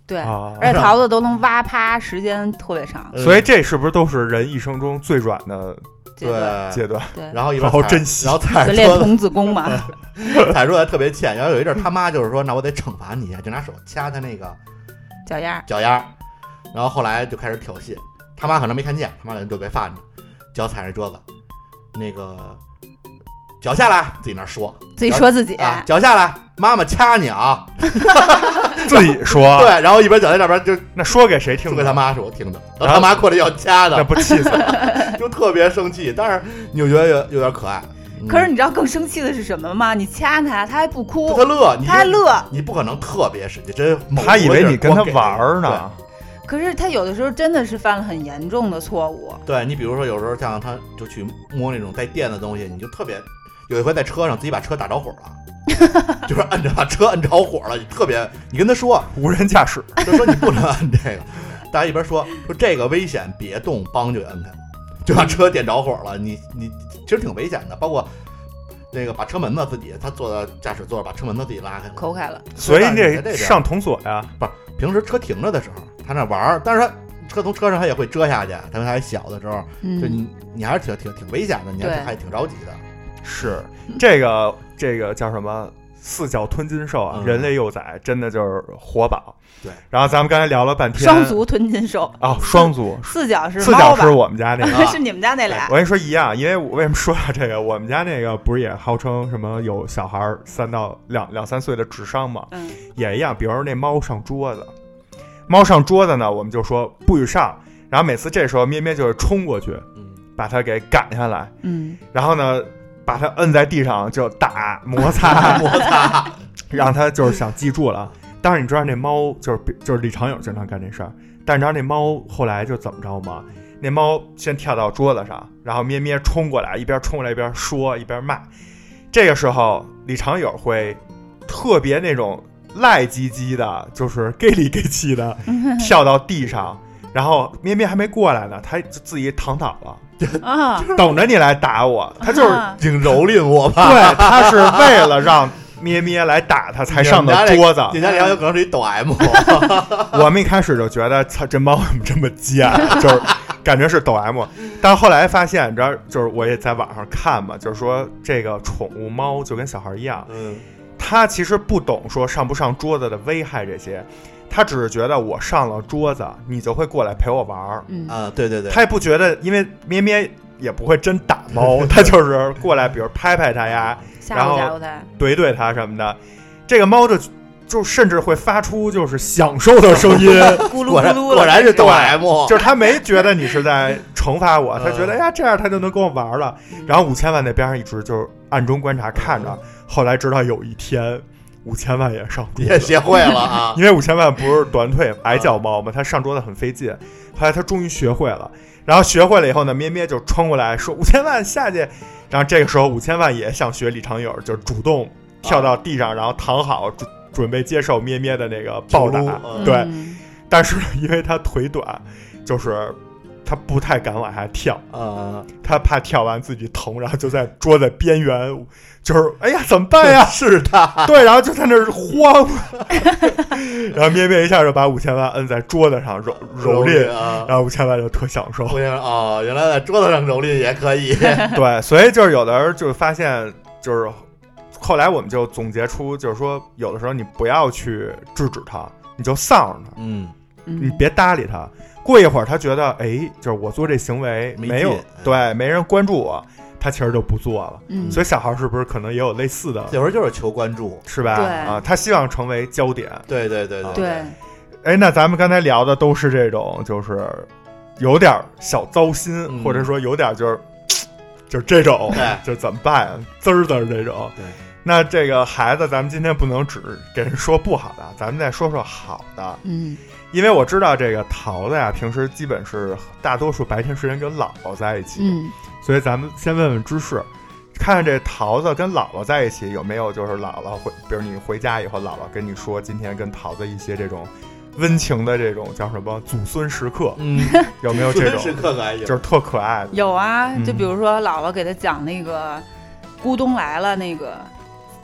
对， 啊而且桃子都能挖趴时间特别长， 所以这是不是都是人一生中最软的阶段对阶段？ 对， 然后一边好好珍惜然后踩练着童子功嘛， 踩出来特别欠。然后有一阵他妈就是说，那我得惩罚你，就拿手掐他那个脚丫， 脚丫，然后后来就开始挑衅，他妈可能没看见，他妈就被犯着，脚踩着桌子，那个脚下来，自己那说， 自己说自己， 啊，脚下来，妈妈掐你啊， 自己说， 对，然后一边脚在那边就那说给谁听的？ 说给他妈说，我听的，然后他妈过来要掐的， 那不气死了？ 就特别生气，但是你又觉得有有点可爱。嗯、 可是你知道更生气的是什么吗？你掐他，他还不哭， 他乐，你他还乐， 你不可能特别使劲，真他以为你跟他玩呢。 可是他有的时候真的是犯了很严重的错误。 对，你比如说有时候像他就去摸那种带电的东西，你就特别有一回在车上自己把车打着火了，就是摁着把车摁着火了，你特别你跟他说无人驾驶， 就说你不能摁这个，大家一边说说这个危险，别动，帮就摁开，就把车点着火了。你你其实挺危险的，包括那个把车门子自己他坐到驾驶座把车门子自己拉开抠开了， 所以你得上童锁呀。 不，平时车停着的时候他那玩儿，但是他车从车上他也会遮下去，他们还小的时候， 嗯、 就你你还是挺挺挺危险的，你还还挺着急的。 是这个这个叫什么四脚吞金兽啊， 嗯、 人类幼崽真的就是活宝。 对， 然后咱们刚才聊了半天， 双足吞金兽哦，双足， 四脚是四脚是我们家那个， 是你们家那俩。 我跟你说一样，因为我为什么说到这个，我们家那个不是也号称什么有小孩三到两两三岁的智商嘛， 嗯， 也一样。比如说那猫上桌子，猫上桌子呢，我们就说不许上，然后每次这时候咩咩就会冲过去， 嗯， 把它给赶下来， 嗯， 然后呢。把它摁在地上就打摩擦摩擦， 让它就是想记住了。但是你知道那猫就是就是李长友经常干这事儿，但你知道那猫后来就怎么着吗？那猫先跳到桌子上，然后咩咩冲过来，一边冲过来一边说一边骂。这个时候李长友会特别那种赖唧唧的，就是给里给气的跳到地上，然后咩咩还没过来呢，他就自己躺倒了。 啊， 等着你来打我，他就是挺蹂躏我吧？ 对，他是为了让咩咩来打他才上的桌子。 你家里还有可能是一抖 M。 我们一开始就觉得，操，这猫怎么这么贱，就是感觉是抖 M。但是后来发现，你知道，就是我也在网上看嘛，就是说这个宠物猫就跟小孩一样， 嗯， 它其实不懂说上不上桌子的危害这些。他只是觉得我上了桌子，你就会过来陪我玩儿。 嗯啊，对对对， 他也不觉得，因为咩咩也不会真打猫，他就是过来，比如拍拍它呀，然后怼怼它什么的。这个猫就就甚至会发出就是享受的声音， 咕噜咕噜， 果然是抖 M， 就是他没觉得你是在惩罚我，他觉得呀这样他就能跟我玩了。然后五千万那边上一直就是暗中观察看着，后来直到有一天。五千万也上桌也学会了啊， 因为五千万不是短腿矮脚猫嘛，它上桌子很费劲。后来它终于学会了，然后学会了以后呢，咩咩就冲过来说五千万下去。然后这个时候五千万也想学李长友，就主动跳到地上，然后躺好，准准备接受咩咩的那个暴打。对， 嗯、 但是因为他腿短，就是他不太敢往下跳啊， 他怕跳完自己疼，然后就在桌子边缘。就是哎呀怎么办呀？ 是他对，然后就在那儿慌，然后咩咩一下就把五千万摁在桌子上蹂蹂躏， 啊、 然后五千万就特享受。 哦，原来在桌子上蹂躏也可以。 对，所以就是有的人就发现，就是后来我们就总结出，就是说有的时候你不要去制止他，你就丧着他， 嗯， 你别搭理他。过一会儿他觉得，哎，就是我做这行为没有对没人关注我。他其实就不做了， 嗯， 所以小孩是不是可能也有类似的？ 有时候就是求关注， 是吧？ 对啊，他希望成为焦点。 对对对对对。 哎，那咱们刚才聊的都是这种，就是有点小糟心， 嗯、 或者说有点就是就是这种，就怎么办啊？滋儿滋儿这种。 对。 那这个孩子，咱们今天不能只给人说不好的，咱们再说说好的。 嗯。 因为我知道这个桃子呀，平时基本是大多数白天时间跟姥姥在一起。 嗯。 所以咱们先问问芝士，看看这桃子跟姥姥在一起有没有就是姥姥会，比如你回家以后，姥姥跟你说今天跟桃子一些这种温情的这种叫什么祖孙时刻， 嗯， 有没有这种时刻可爱， 就是特可爱的？ 有啊，就比如说姥姥给他讲那个咕咚来了那个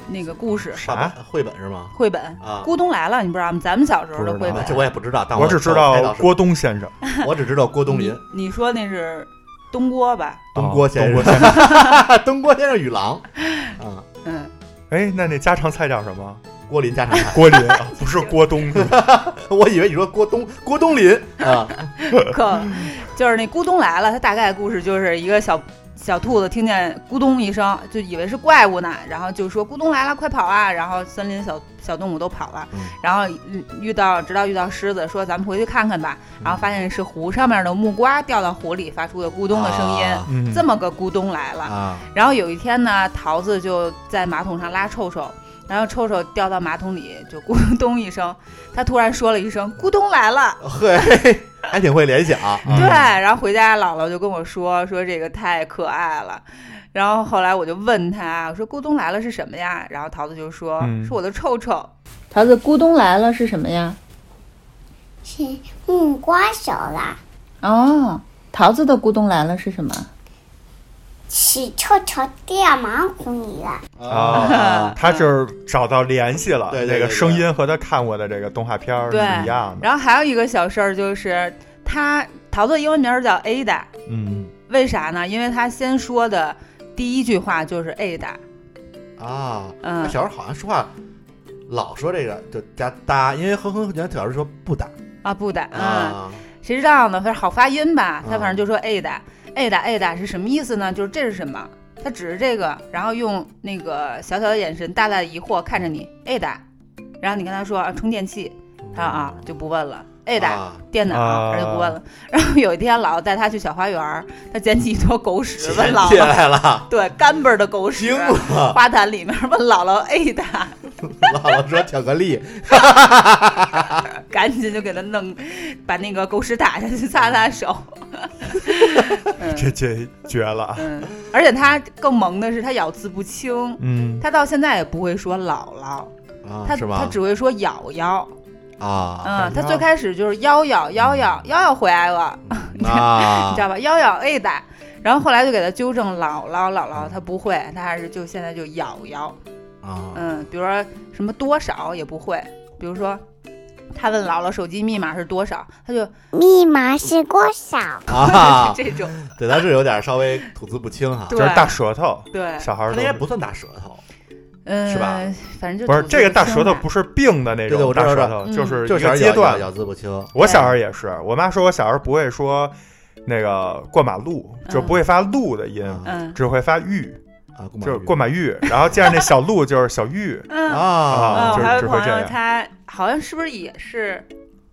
那个故事， 啥绘本是吗？ 绘本啊， 咕咚来了，你不知道吗？咱们小时候的绘本， 这我也不知道，但我只知道郭冬先生， 我只知道郭冬临。 你你说那是东郭吧？ 东郭先生，东郭先生与狼。啊， 嗯， 哎，那那家常菜叫什么？ 郭林家常菜。 郭林，不是郭冬。 我以为你说郭冬郭冬临啊。 可就是那咕咚来了，它大概故事就是一个小。小兔子听见咕咚一声，就以为是怪物呢，然后就说咕咚来了，快跑啊！然后森林小小动物都跑了， 嗯、 然后遇到直到遇到狮子，说咱们回去看看吧。然后发现是湖上面的木瓜掉到湖里，发出了咕咚的声音， 啊嗯、 这么个咕咚来了。 啊、 然后有一天呢，桃子就在马桶上拉臭臭，然后臭臭掉到马桶里，就咕咚一声，他突然说了一声咕咚来了， 嘿。还挺会联想， 对。然后回家姥姥就跟我说说这个太可爱了，然后后来我就问他，我说咕咚来了是什么呀？然后桃子就说、嗯、是我的臭臭。桃子，咕咚来了是什么呀？ 是木瓜熟了。 哦，桃子的咕咚来了是什么？ 是臭臭掉马桶里了。 啊，他就是找到联系了， 对对对对， 那个声音和他看过的这个动画片是一样的。 然后还有一个小事儿就是，他桃子英文名叫 Ada， 嗯， 为啥呢？因为他先说的第一句话就是 Ada。 啊， 嗯， 小时候好像说话老说这个就加哒，因为哼哼小时候说不打啊，不打，嗯， 啊、 谁知道呢？反正好发音吧，他反正就说 Ada。Ada Ada 是什么意思呢？就是这是什么？他指着这个，然后用那个小小的眼神大大的疑惑看着你 Ada， 然后你跟他说、啊、充电器，他啊就不问了 Ada、啊、电脑，啊、就不问了。然后有一天姥姥带他去小花园，他捡起一坨狗屎问姥姥， 来了， 对，干巴的狗屎，花坛里面问姥姥 Ada， 姥姥说巧克力， 赶紧就给他弄，把那个狗屎打下去擦擦手。 嗯、这这绝了， 嗯，而且他更萌的是他咬字不清， 嗯， 他到现在也不会说姥姥， 啊、 他是吧？ 他只会说瑶瑶啊， 嗯，他最开始就是幺幺幺幺幺幺回来了， 啊， 你知道吧？幺幺 A 的，然后后来就给他纠正姥姥姥姥，他不会，他还是就现在就瑶瑶啊， 嗯，比如说什么多少也不会，比如说。他问姥姥手机密码是多少，他就密码是多少啊？ 这种， 对，他是有点稍微吐字不清哈， 就是大舌头。 对， 小孩儿应该不算大舌头， 嗯， 是吧？ 反正就不是这个大舌头，不是病的那种大舌头，就是一个阶段咬字不清。 我小孩也是，我妈说我小孩不会说那个过马路，就不会发路的音， 嗯， 只会发玉。 啊， 就是过马玉，然后见着那小鹿就是小玉， 嗯啊， 我还有朋友这样。 他好像是不是也是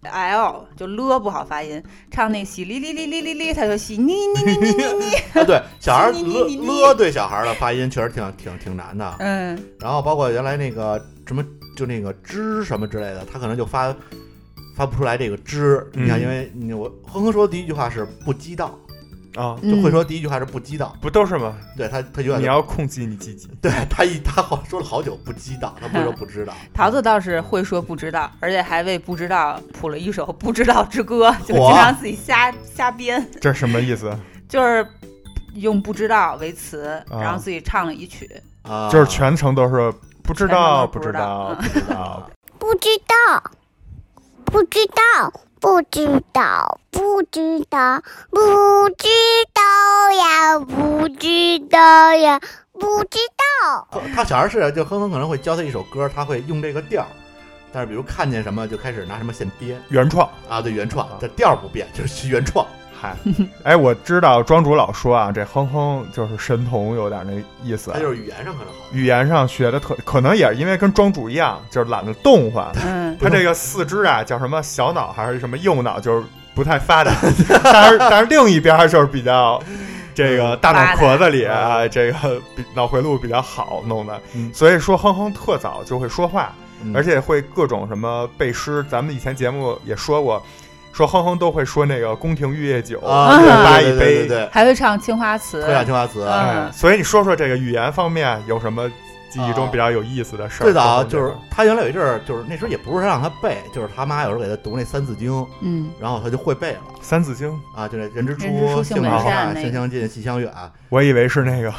L 就了不好发音，唱那淅哩哩哩哩哩哩，他就淅哩哩哩哩哩哩。 啊，对，小孩了了对小孩的发音确实挺挺挺难的。 嗯， 然后包括原来那个什么，就那个之什么之类的，他可能就发发不出来这个之。 嗯、 你看，因为你我哼哼说的第一句话是不知道。 啊， 就会说第一句话是不知道， 不都是吗？ 对他，他永远你要控制你自己。 对他一他好说了好久不知道，他不说不知道。 桃子倒是会说不知道，而且还为不知道谱了一首《不知道之歌》，就经常自己瞎瞎编。 这什么意思？ 就是用不知道为词， 啊、 然后自己唱了一曲， 啊， 就是全程都是不知道， 不知道，不知道， 不知道，不知道。不知道，不知道，不知道呀，不知道呀，不知道。 他小孩是就哼哼可能会教他一首歌，他会用这个调，但是比如看见什么就开始拿什么现编， 原创啊，对，原创，这调不变，就是原创。 嗨，哎，我知道庄主老说啊，这哼哼就是神童，有点那意思、啊。 他就是语言上可能好， 语言上学的特，可能也是因为跟庄主一样，就是懒得动唤。 嗯， 他这个四肢啊，叫什么小脑还是什么右脑，就是不太发达。但是但是另一边就是比较这个大脑壳子里啊，这个脑回路比较好弄的， 嗯、 所以说哼哼特早就会说话， 嗯、 而且会各种什么背诗。咱们以前节目也说过。说哼哼都会说那个宫廷玉液酒啊， 八一杯， 对对对， 还会唱青花瓷， 会唱青花瓷。 嗯，所以你说说这个语言方面有什么记忆中比较有意思的事儿？ 最早就是他原来有一阵儿，就是那时候也不是让他背，就是他妈有时候给他读那三字经， 嗯， 然后他就会背了。 三字经啊，就是人之初， 性本善， 性相近，习相远。 我以为是那个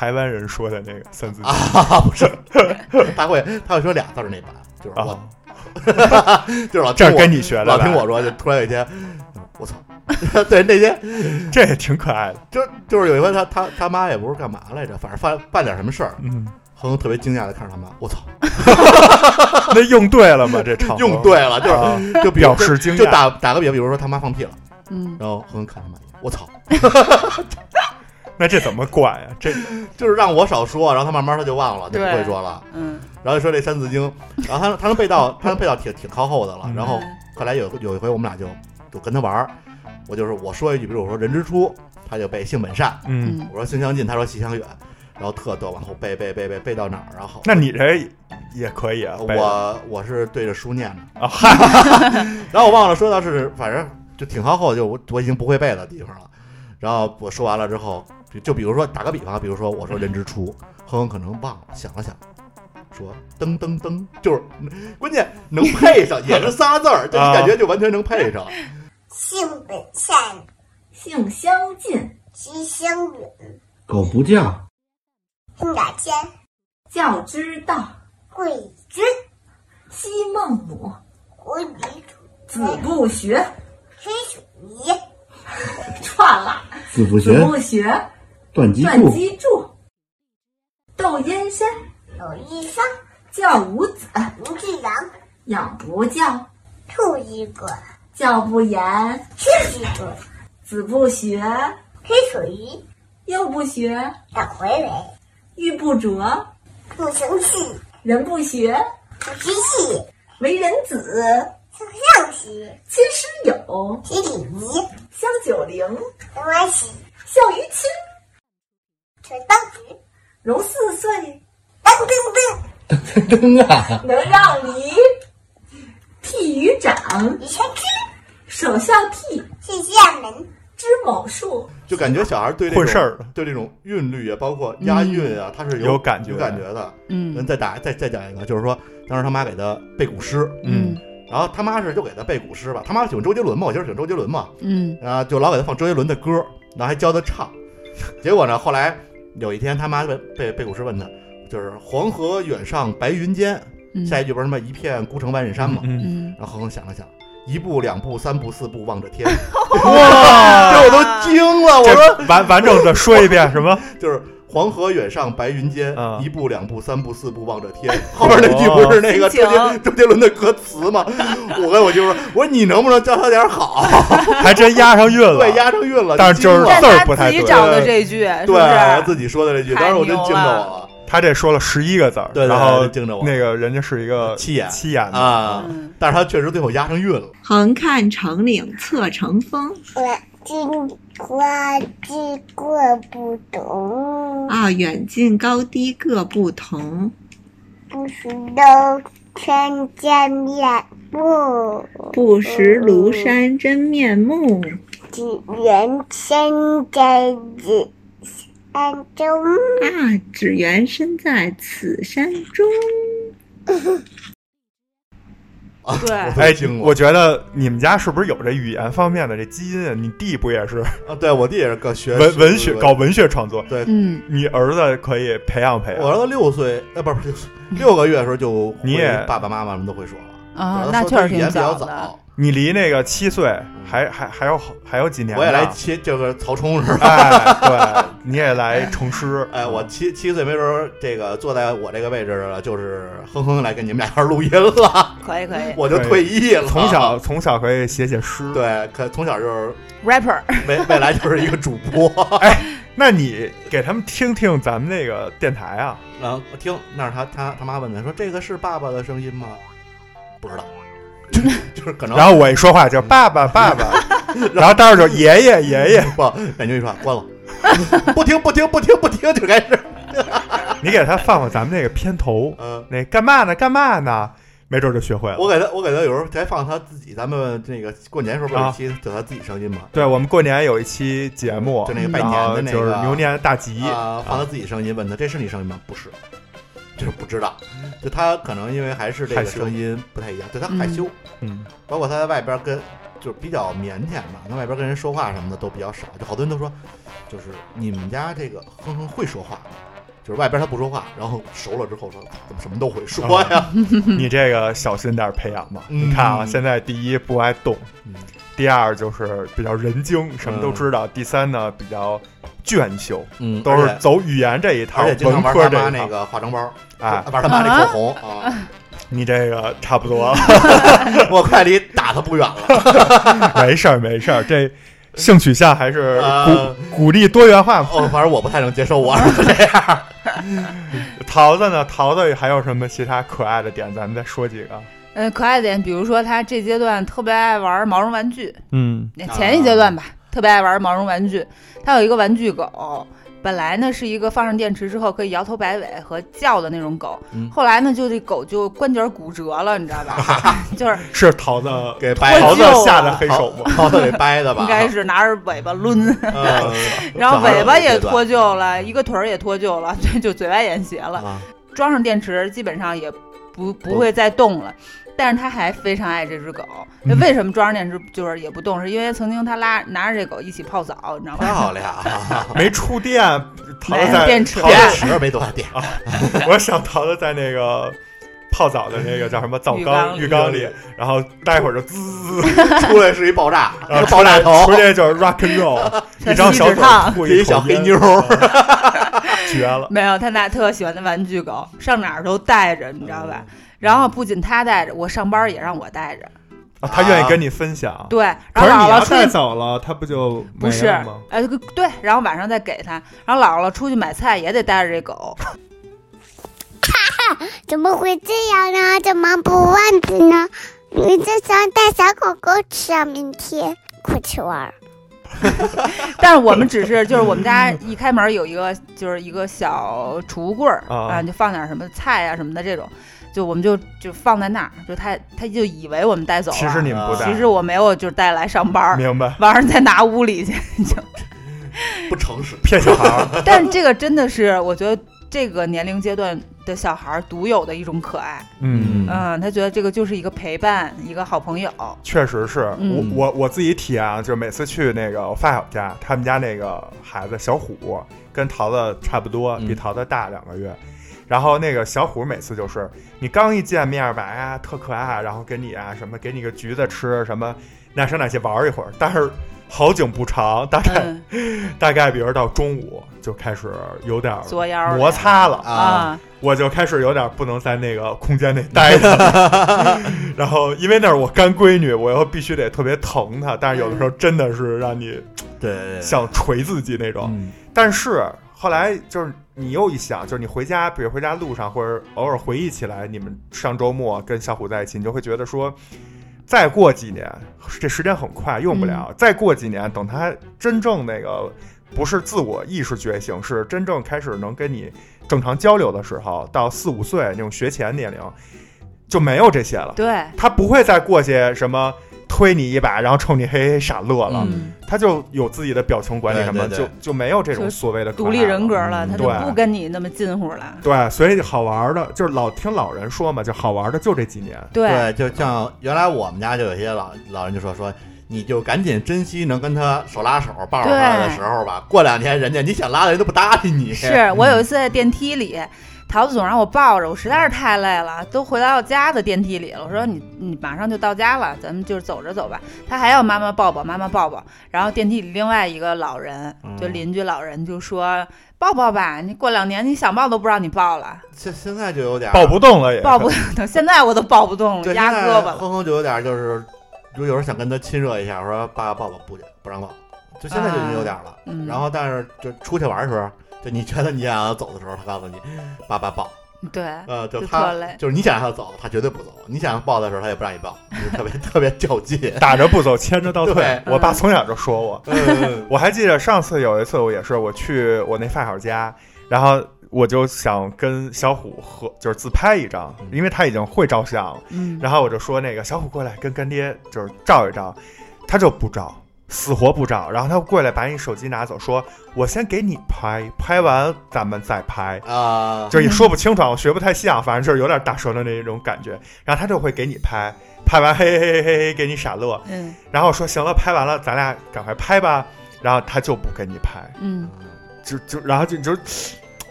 台湾人说的那个三字经啊，不是，他会他会说俩字儿那版，就是我， 啊、 就是老这是跟你学的， 老听我说，就突然有一天，我操，对那天这也挺可爱的， 就就是有一回他他他妈也不是干嘛来着，反正办办点什么事儿， 嗯， 哼哼特别惊讶的看着他妈，我操， 那用对了吗？这场用对了，就是、啊、就表示惊讶， 就打打个比方，比如说他妈放屁了， 嗯， 然后哼哼看他妈，我操。 那这怎么管呀？这就是让我少说，然后他慢慢他就忘了，就不会说了。 嗯， 然后就说这三字经，然后他他能背到，他能背到挺挺靠后的了。 嗯、 然后后来有有一回我们俩就就跟他玩，我就是我说一句，比如我说人之初，他就背性本善， 嗯， 我说性相近，他说习相远，然后特逗往后背背背背背到哪儿，然后那你这也可以啊， 我我是对着书念的啊，嗨， 然后我忘了说到是反正就挺靠后，就我我已经不会背的地方了。然后我说完了之后，就比如说打个比方，比如说我说人之初，哼哼可能忘了，想了想，说噔噔噔，就是关键能配上，也是仨字儿，就你感觉就完全能配上。 性本善， 性相近， 习相远。 狗不叫， 应该先教之道， 贵之。 昔孟母， 无离子不学， 非属也。 串了， 子不学， 子不学， 断机断机杼，窦燕山， 有一方， 教五子， 无之阳， 养不教， 兔一个， 教不严， 是一个， 子不学， 非属于， 幼不学， 等回为， 玉不琢， 不生气， 人不学， 不知气， 为人子， 性相习， 亲师友， 习礼仪， 香九龄， 能来喜， 孝于亲， 传当局， 融四岁， 噔噔噔噔啊， 能让梨，悌于长， 以全知， 首孝悌， 是下门， 知某数。 就感觉小孩对这混事儿种对这种韵律啊，包括押韵啊，他是有感觉有感觉的。 嗯， 再打再再讲一个，就是说当时他妈给他背古诗， 嗯， 然后他妈是就给他背古诗吧，他妈喜欢周杰伦嘛，我就是喜欢周杰伦嘛， 嗯， 啊，就老给他放周杰伦的歌，然后还教他唱。结果呢，后来有一天他妈背背背古诗问他，就是黄河远上白云间， 嗯、 下一句不是什么一片孤城万仞山嘛， 嗯， 然后哼哼想了想。一步两步三步四步望着天， 哇， 这我都惊了。我说完完整的说一遍，什么？ 就是黄河远上白云间， 嗯、 一步两步三步四步望着天。后边那句不是那个周杰周杰伦的歌词吗？我跟我就说，我说你能不能教他点好？ 还真押上韵了， 对，押上韵了。 但是就是字儿不太对。自己找的这句， 对，自己说的这句，当时我真惊着我了。 他这说了十一个字儿， 对， 然后惊着我。 那个人家是一个七眼七眼啊，嗯、但是他确实最后押上韵了。 横看成岭侧成峰， 我近花枝各不同啊，远近高低各不同， 不识庐山真面目， 不识庐山真面目， 只缘身在此山中啊，只缘身在此山中。 啊、 对， 哎，我觉得你们家是不是有这语言方面的这基因啊？你弟不也是？ 啊，对我弟也是个学文文学搞文学创作。 对， 嗯， 你儿子可以培养培养。 我儿子六岁，呃，不是六岁，六个月的时候就你也爸爸妈妈们都会说了啊，那确实挺早的。 你离那个七岁还还还有还有几年？ 我也来七，这个曹冲是吧？ 哎，对，你也来成师。 哎，我七七岁没准这个坐在我这个位置了，就是哼哼来跟你们俩一块录音了。 可以可以， 我就退役了。 从小从小可以写写诗， 对，可从小就是 rapper， 未未来就是一个主播。 哎，那你给他们听听咱们那个电台啊？ 然后我听，那是他他他妈问的，说这个是爸爸的声音吗？不知道。就是可能， 然后我一说话就爸爸爸爸，然后待会儿就爷爷爷爷， 不，感觉一说关了，不听不听不听不听就开始。 你给他放放咱们那个片头， 嗯， 那干嘛呢干嘛呢，没准就学会了。 我给他我给他有时候还放他自己，咱们那个过年时候不有一期就他自己声音嘛？ 对，我们过年有一期节目， 就那个拜年的那个， 就是牛年大吉啊，放他自己声音，问他这是你声音吗？不是。就是不知道，就他可能因为还是这个声音不太一样，对他害羞， 嗯， 包括他在外边跟就是比较腼腆嘛，跟外边跟人说话什么的都比较少，就好多人都说，就是你们家这个哼哼会说话， 就是外边他不说话，然后熟了之后说怎么什么都会说呀？ 你这个小心点培养吧。 嗯、 你看啊，现在第一不爱动， 嗯、 第二就是比较人精，什么都知道。嗯、第三呢比较娟秀， 嗯， 都是走语言这一套， 而且经常玩文科这一套他妈那个化妆包， 哎， 玩他妈那口红啊。啊你这个差不多了， 我快离打他不远了。 没事儿没事儿，这性取向还是鼓、 呃、 鼓励多元化嘛。 哦，反正我不太能接受我儿子这样。 桃子呢？桃子还有什么其他可爱的点？咱们再说几个。 呃，可爱的点，比如说他这阶段特别爱玩毛绒玩具， 嗯， 前一阶段吧，啊、特别爱玩毛绒玩具。他有一个玩具狗。本来呢是一个放上电池之后可以摇头摆尾和叫的那种狗， 嗯、 后来呢就这狗就关节骨折了，你知道吧？就是是桃子给掰桃子下的黑手吗？ 桃子给掰的吧？ 应该是拿着尾巴抡， 嗯、 然后尾巴也脱臼了，一个腿也脱臼了，就就嘴歪眼斜了。 啊、 装上电池基本上也不不会再动了。但是他还非常爱这只狗， 嗯、 为什么装上电池就是也不动？是因为曾经他拉拿着这狗一起泡澡，你知道吗？ 漂亮， 没触电，桃子在电池， 电池没多少电啊！我想桃子在那个泡澡的那个叫什么澡缸浴缸里，然后待会儿就滋出来是一爆炸， 然后爆炸头， 出来就是 rock and roll， 一张小嘴吐一小黑妞， 绝了！ 没有，他那特喜欢的玩具狗，上哪儿都带着，你知道吧？然后不仅他带着，我上班也让我带着。 啊，他愿意跟你分享。 对， 可是然后姥姥你要带走了，他不就不是？呃，对，然后晚上再给他。然后姥姥出去买菜也得带着这狗。 哈哈，怎么会这样呢？怎么不忘记呢？你这想带小狗狗吃啊？明天快去玩。 但是我们只是就是我们家一开门有一个就是一个小储物柜儿啊，就放点什么菜啊什么的这种。就我们就就放在那儿，就他他就以为我们带走了， 其实你们不带， 其实我没有，就是带来上班， 明白？ 晚上再拿屋里去，就不诚实， 骗小孩。 但这个真的是，我觉得这个年龄阶段的小孩独有的一种可爱。 嗯嗯，他觉得这个就是一个陪伴，一个好朋友。 确实是、 嗯、 我我我自己体验啊，就是每次去那个我发小家，他们家那个孩子小虎跟桃子差不多，比桃子大两个月。嗯，然后那个小虎每次就是你刚一见面吧，呀特可爱，然后给你啊什么，给你个橘子吃，什么哪上哪去玩一会儿。但是好景不长，大概、嗯、大概比如到中午就开始有点摩擦了啊， 我就开始有点不能在那个空间内待着了。然后因为那是我干闺女，我又必须得特别疼她，但是有的时候真的是让你对想捶自己那种。 嗯、 但是后来就是你又一想，就是你回家，比如回家路上或者偶尔回忆起来，你们上周末跟小虎在一起，你就会觉得说，再过几年，这时间很快，用不了。嗯、再过几年，等他真正那个不是自我意识觉醒，是真正开始能跟你正常交流的时候，到四五岁那种学前年龄，就没有这些了。 对， 他不会再过些什么推你一把，然后冲你嘿嘿傻乐了。 嗯， 他就有自己的表情管理什么， 对对对就就没有这种所谓的独立人格了， 嗯、 他就不跟你那么近乎了。 对，所以好玩的就是老听老人说嘛，就好玩的就这几年。 对， 对，就像原来我们家就有些老老人就说说，你就赶紧珍惜能跟他手拉手抱着他的时候吧，过两天人家你想拉的人都不搭理你。 是我有一次在电梯里。桃子总让我抱着，我实在是太累了，都回到家的电梯里了。我说你你马上就到家了，咱们就走着走吧。他还要妈妈抱抱，妈妈抱抱。然后电梯里另外一个老人，就邻居老人就说、嗯、抱抱吧，你过两年你想抱都不让你抱了。 现现在就有点抱不动了也， 抱不动，现在我都抱不动了，压胳膊了。 哼哼就有点就是，就有时候想跟他亲热一下，我说爸爸抱抱，不不让抱，就现在就已经有点了。啊嗯、然后但是就出去玩的时候。就你觉得你想让他走的时候，他告诉你爸爸抱， 对， 呃，就他就是你想让他走，他绝对不走；你想抱的时候，他也不让你抱，就特别特别较劲， 打着不走，牵着倒退。我爸从小就说我， 嗯、 我还记得上次有一次，我也是我去我那发小家，然后我就想跟小虎合，就是自拍一张，因为他已经会照相了， 嗯， 然后我就说那个小虎过来跟干爹就是照一照，他就不照。死活不照，然后他过来把你手机拿走，说我先给你拍，拍完咱们再拍啊， 就是也说不清楚，我学不太像，反正就是有点大舌的那种感觉。然后他就会给你拍，拍完嘿嘿嘿嘿嘿给你傻乐， 嗯， 然后说行了，拍完了咱俩赶快拍吧，然后他就不跟你拍， 嗯， 就就然后就就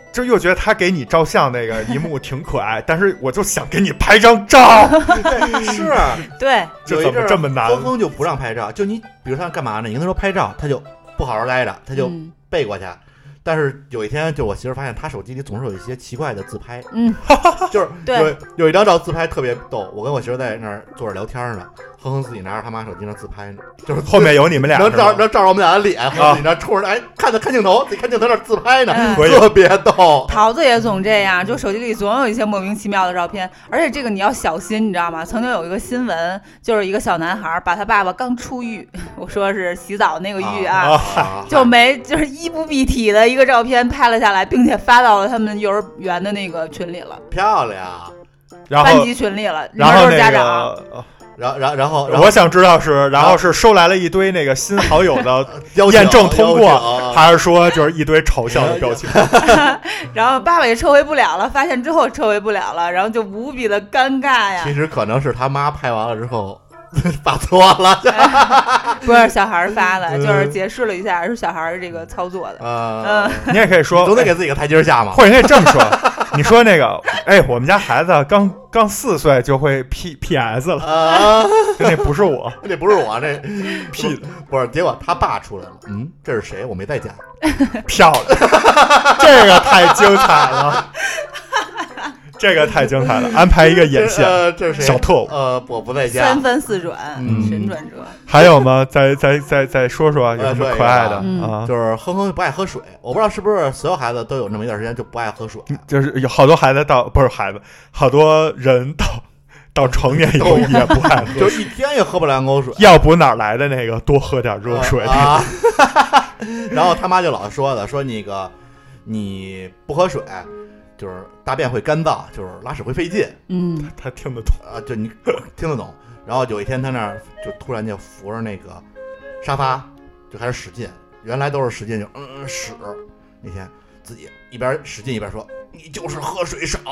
就又觉得他给你照相那个一幕挺可爱，但是我就想给你拍张照。 是， 对， 这怎么这么难？ 峰峰就不让拍照，就你比如说干嘛呢？你跟他说拍照，他就不好好待着，他就背过去。嗯，但是有一天，就我媳妇发现她手机里总是有一些奇怪的自拍， 嗯， 就是有有一张照自拍特别逗，我跟我媳妇在那儿坐着聊天呢，哼哼自己拿着他妈手机那自拍呢，就是后面有你们俩， 能照能照着我们俩的脸，哼哼自己那冲着哎看着看镜头，自己看镜头那自拍呢， 嗯， 特别逗。 桃子也总这样，就手机里总有一些莫名其妙的照片，而且这个你要小心，你知道吗？曾经有一个新闻，就是一个小男孩把他爸爸刚出狱，我说是洗澡那个浴啊，啊就没就是衣不蔽体的一个照片拍了下来，并且发到了他们幼儿园的那个群里了， 漂亮， 然后班级群里了， 然后都是家长。 然后，然后，然后， 我想知道是，然后是收来了一堆那个新好友的验证通过，还是说就是一堆嘲笑的表情？ 然后爸爸也撤回不了了，发现之后撤回不了了，然后就无比的尴尬呀。 其实可能是他妈拍完了之后发错了， 不是小孩发的，就是解释了一下是小孩这个操作的。 嗯， 嗯， 你也可以说， 总得给自己个台阶下嘛， 或者你可以这么说，你说那个，哎，我们家孩子刚刚四岁就会 P P S 了，啊，那不是我， 那不是我，那 P 的不是。结果他爸出来了，嗯，这是谁？我没在家。 漂亮，这个太精彩了。这个太精彩了，安排一个眼线， 呃，这是小特务， 呃，我不在家， 三番四转， 嗯， 神转折。 还有吗？再再再再说说有什么可爱的啊、 嗯？ 就是哼哼不爱喝水，我不知道是不是所有孩子都有那么一段时间就不爱喝水， 就是有好多孩子到不是孩子，好多人到到成年以后也不爱喝水， 就一天也喝不两口水， 要不哪来的那个多喝点热水啊？然后他妈就老说的，说那个你不喝水。就是大便会干燥，就是拉屎会费劲。 嗯， 他听得懂啊，就你听得懂。然后有一天他那儿就突然就扶着那个沙发，就开始使劲。原来都是使劲就嗯嗯使，那天自己一边使劲一边说：“你就是喝水少。”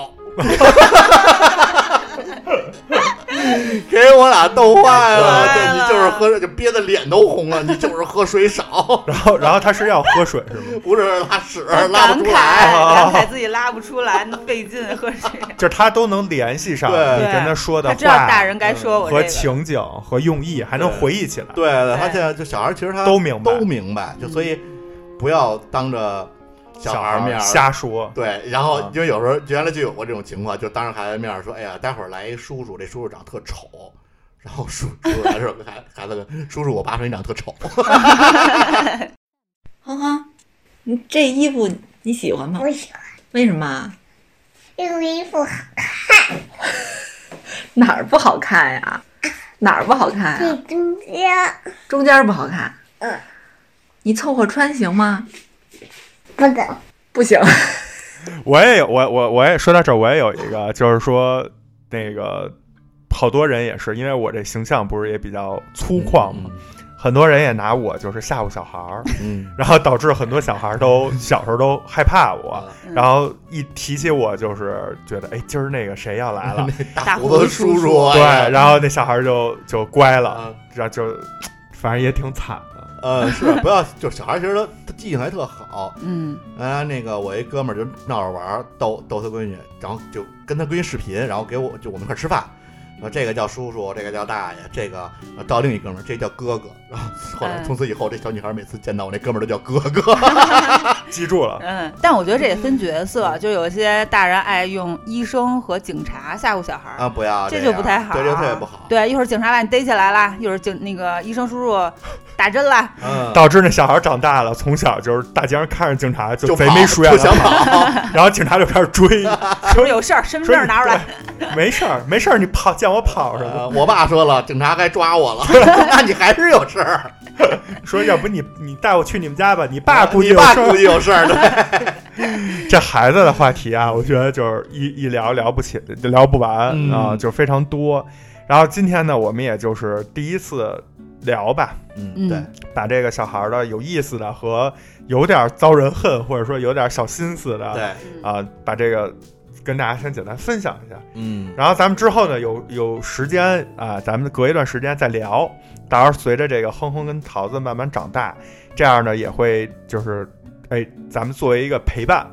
给我俩逗坏了，对，你就是喝，就憋得脸都红了，你就是喝水少。 然后，然后他是要喝水是吗？ 不是拉屎，拉不出来， 感慨自己拉不出来，费劲喝水。 就是他都能联系上你跟他说的话， 他知道大人该说我和情景和用意，还能回忆起来。 对对，他现在就小孩，其实他都明白， 都明白，就所以不要当着。小孩面瞎说， 对，然后因为有时候原来就有过这种情况，就当着孩子面说：“哎呀，待会儿来一叔叔，这叔叔长特丑。”然后叔叔来时候，孩孩子跟叔叔，我爸说你长特丑。 哼哼，你这衣服你喜欢吗？ 不喜欢。 为什么？ 这个衣服好看。 哪儿不好看呀？哪儿不好看呀？ 中间。 中间不好看。 嗯。 你凑合穿行吗？ 不能， 不行。 我也有，我我我也说到这儿，我也有一个，就是说那个好多人也是，因为我这形象不是也比较粗犷嘛，嗯嗯、很多人也拿我就是吓唬小孩儿，嗯，然后导致很多小孩都小时候都害怕我，嗯、然后一提起我就是觉得，哎，今儿那个谁要来了， 大胡子叔叔， 对，然后那小孩就就乖了，然后就反正也挺惨的。 呃，是不要就小孩，其实他他记性还特好。 嗯， 啊，那个我一哥们儿就闹着玩，逗逗他闺女，然后就跟他闺女视频，然后给我就我们一块吃饭。说这个叫叔叔，这个叫大爷，这个到另一哥们儿，这叫哥哥。然后后来从此以后，这小女孩每次见到我那哥们儿都叫哥哥， 记住了。 嗯，但我觉得这也分角色，就有一些大人爱用医生和警察吓唬小孩啊，不要， 这就不太好， 对，这特别不好。 对，一会儿警察把你逮起来了，一会儿警那个医生叔叔打针了， 嗯， 导致那小孩长大了，从小就是大街上看着警察就贼眉鼠眼的跑， 然后警察就开始追， 说有事儿，身份证拿出来， 没事儿，没事儿，你跑见我跑什么、 呃？我爸说了，警察该抓我了，那你还是有事儿。 说要不你你带我去你们家吧，你爸估计有事儿，估计有事儿。对， 这孩子的话题啊，我觉得就是一一聊聊不起，聊不完、嗯、啊，就非常多。然后今天呢，我们也就是第一次聊吧， 嗯，对， 把这个小孩的有意思的和有点遭人恨，或者说有点小心思的， 对啊，把这个跟大家先简单分享一下， 嗯， 然后咱们之后呢，有有时间啊，咱们隔一段时间再聊。到时候随着这个哼哼跟桃子慢慢长大，这样呢也会就是，哎，咱们作为一个陪伴，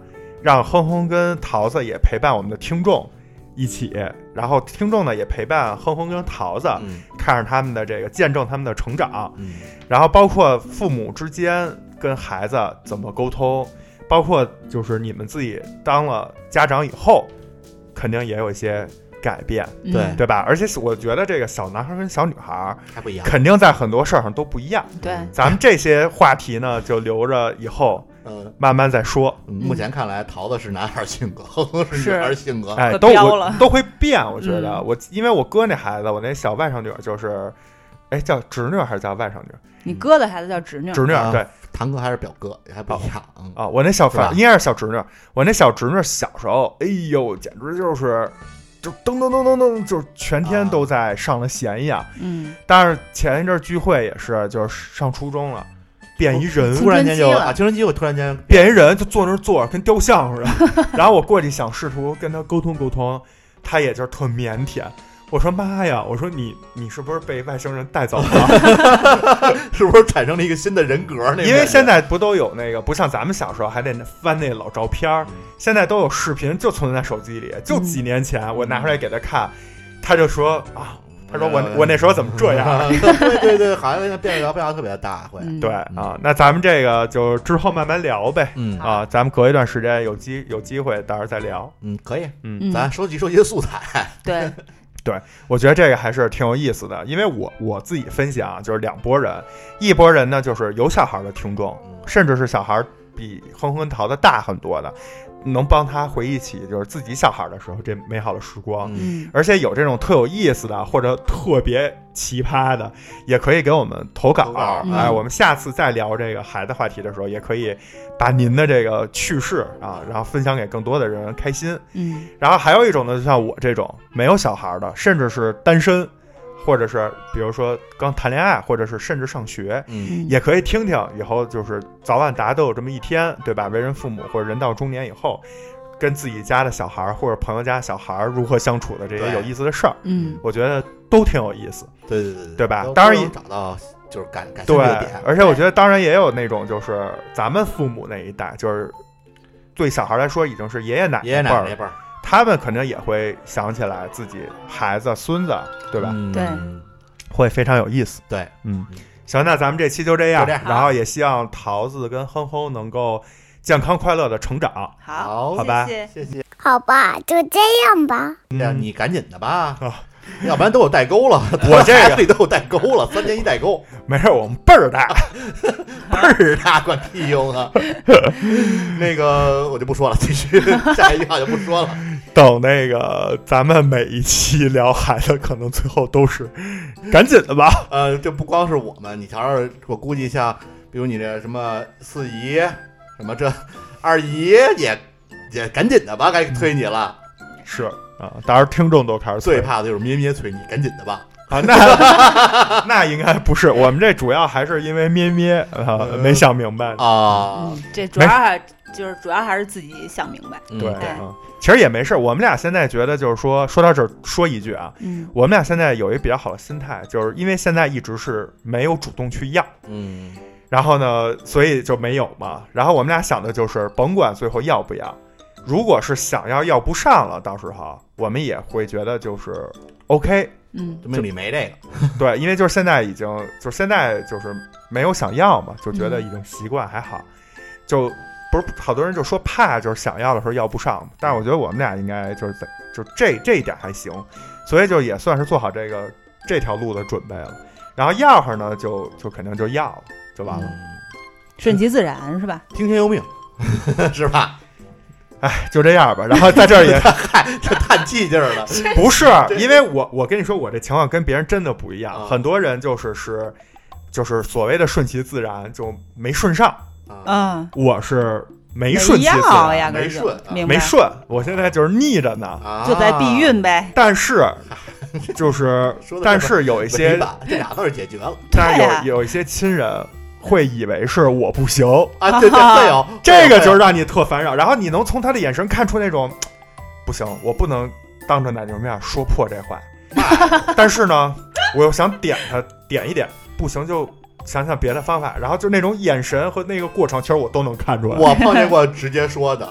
让哼哼跟桃子也陪伴我们的听众一起，然后听众呢也陪伴哼哼跟桃子， 嗯、 看着他们的这个见证他们的成长， 嗯、 然后包括父母之间跟孩子怎么沟通，包括就是你们自己当了家长以后，肯定也有一些改变， 对对吧？而且我觉得这个小男孩跟小女孩还不一样， 肯定在很多事儿上都不一样。 对， 咱们这些话题呢，就留着以后嗯慢慢再说。 嗯、目前看来，桃子是男孩性格，哼哼是女孩性格， 哎，都我都会变。我觉得、嗯、我因为我哥那孩子，我那小外甥女就是，哎，叫侄女还是叫外甥女？ 你哥的孩子叫侄女， 侄女、啊、对。 堂哥还是表哥还不一样啊、 嗯哦！我那小反应该是小侄女，我那小侄女小时候，哎呦，简直就是就噔噔噔噔噔，就全天都在上了弦一样。 嗯， 但是前一阵聚会也是，就是上初中了，变一人， 突然间就啊，青春期我突然间变一人，就坐那坐着跟雕像似的。然后我过去想试图跟他沟通沟通，他也就是特腼腆。我说妈呀！我说你你是不是被外星人带走了？ 是不是产生了一个新的人格？那因为现在不都有那个，不像咱们小时候还得翻那老照片、嗯、现在都有视频，就存在手机里。就几年前、嗯、我拿出来给他看，他就说啊，他说我、嗯、我那时候怎么这样？ 对对对，好像变化变化特别大，会、 嗯、对啊。那咱们这个就之后慢慢聊呗。嗯啊，咱们隔一段时间有机有机会到时候再聊。 嗯，可以。嗯，咱收集收集素材。 对。 对，我觉得这个还是挺有意思的，因为我我自己分享就是两拨人，一拨人呢就是有小孩的听众，甚至是小孩比哼哼桃的大很多的，能帮他回忆起就是自己小孩的时候这美好的时光。 嗯， 而且有这种特有意思的或者特别奇葩的，也可以给我们投稿。 投稿哎，我们下次再聊这个孩子话题的时候，也可以把您的这个趣事啊，然后分享给更多的人开心。 嗯， 然后还有一种呢，就像我这种没有小孩的，甚至是单身，或者是比如说刚谈恋爱，或者是甚至上学， 嗯， 也可以听听。以后就是早晚大家都有这么一天，对吧？为人父母或者人到中年以后，跟自己家的小孩或者朋友家的小孩如何相处的这些有意思的事儿， 嗯， 我觉得都挺有意思。 对对对对吧？当然也找到就是感感兴趣的点。 而且我觉得当然也有那种就是咱们父母那一代，就是对小孩来说已经是爷爷奶奶爷爷奶奶那辈儿， 他们肯定也会想起来自己孩子孙子，对吧？ 嗯、 对， 会非常有意思。 对， 嗯，行，那咱们这期就这样， 就这样然后也希望桃子跟哼哼能够健康快乐的成长。 好， 好吧， 谢谢谢。 好吧，就这样吧。 这样你赶紧的吧。 啊要不然都有代沟了， 我这个里都有代沟了，三年一代沟。 没事，我们倍儿大， 倍儿大，管屁用啊！那个我就不说了，继续下一句话就不说了。 等那个咱们每一期聊孩子，可能最后都是赶紧的吧。 呃，这不光是我们，你瞧瞧，我估计像比如你这什么四姨，什么这二姨也也赶紧的吧，该催你了。 是。啊，当然听众都开始最怕的就是咩咩催你，赶紧的吧！ 啊，那那应该不是，我们这主要还是因为咩咩啊、呃、没想明白啊、 嗯，这主要还就是主要还是自己想明白。 对啊、嗯，其实也没事。我们俩现在觉得就是说，说到这儿说一句啊， 嗯， 我们俩现在有一比较好的心态，就是因为现在一直是没有主动去要， 嗯， 然后呢，所以就没有嘛。然后我们俩想的就是，甭管最后要不要。如果是想要要不上了，到时候我们也会觉得就是 OK， 嗯， 命里没这个， 对，因为就是现在已经就是现在就是没有想要嘛，就觉得已经习惯还好，嗯、就不是好多人就说怕就是想要的时候要不上，但是我觉得我们俩应该就是在就这这一点还行，所以就也算是做好这个这条路的准备了。然后要号呢，就就肯定就要了，就完了，嗯、 顺其自然是吧？ 听天由命，是吧？ 哎，就这样吧。然后在这儿也嗨，这叹气劲儿了。 不是，因为我我跟你说，我这情况跟别人真的不一样。嗯、很多人就是是，就是所谓的顺其自然，就没顺上。 嗯， 我是没顺其自然， 呀没顺， 没顺。我现在就是逆着呢， 啊、 就在避孕呗。 但是，就是但是有一些这俩字解决了， 但是有、啊、有一些亲人。会以为是我不行啊，对对对哦， 这个就是让你特烦扰。然后你能从他的眼神看出那种，不行，我不能当着奶牛面说破这话。但是呢，我又想点他点一点，不行就想想别的方法。然后就那种眼神和那个过程，其实我都能看出来。 我碰见过直接说的，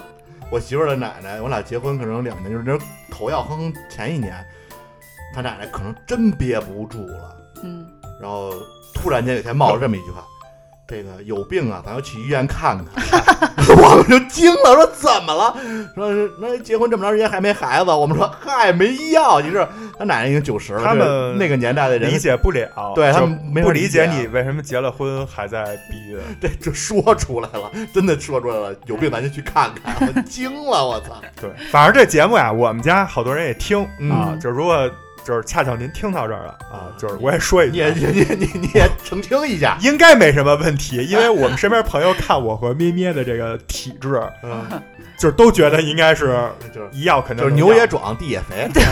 我媳妇儿的奶奶，我俩结婚可能两年，就是那头要哼前一年，她奶奶可能真憋不住了， 嗯， 然后突然间有一天冒了这么一句话。这个有病啊，咱要去医院看看。我们就惊了，说怎么了？说那结婚这么长时间还没孩子，我们说嗨没要。其实他奶奶已经九十了， 他们那个年代的人理解不了， 对他们没法不理解解你为什么结了婚还在避孕， 这就说出来了，真的说出来了，有病咱就去看看。我惊了，我操！ 对，反正这节目呀，我们家好多人也听、 嗯、 啊，就如果。就是恰巧您听到这儿了啊，就是我也说一句， 你也你你你也澄清一下， 应该没什么问题，因为我们身边朋友看我和咩咩的这个体质，嗯，就是都觉得应该是一要肯定就是牛也壮，地也肥， 对，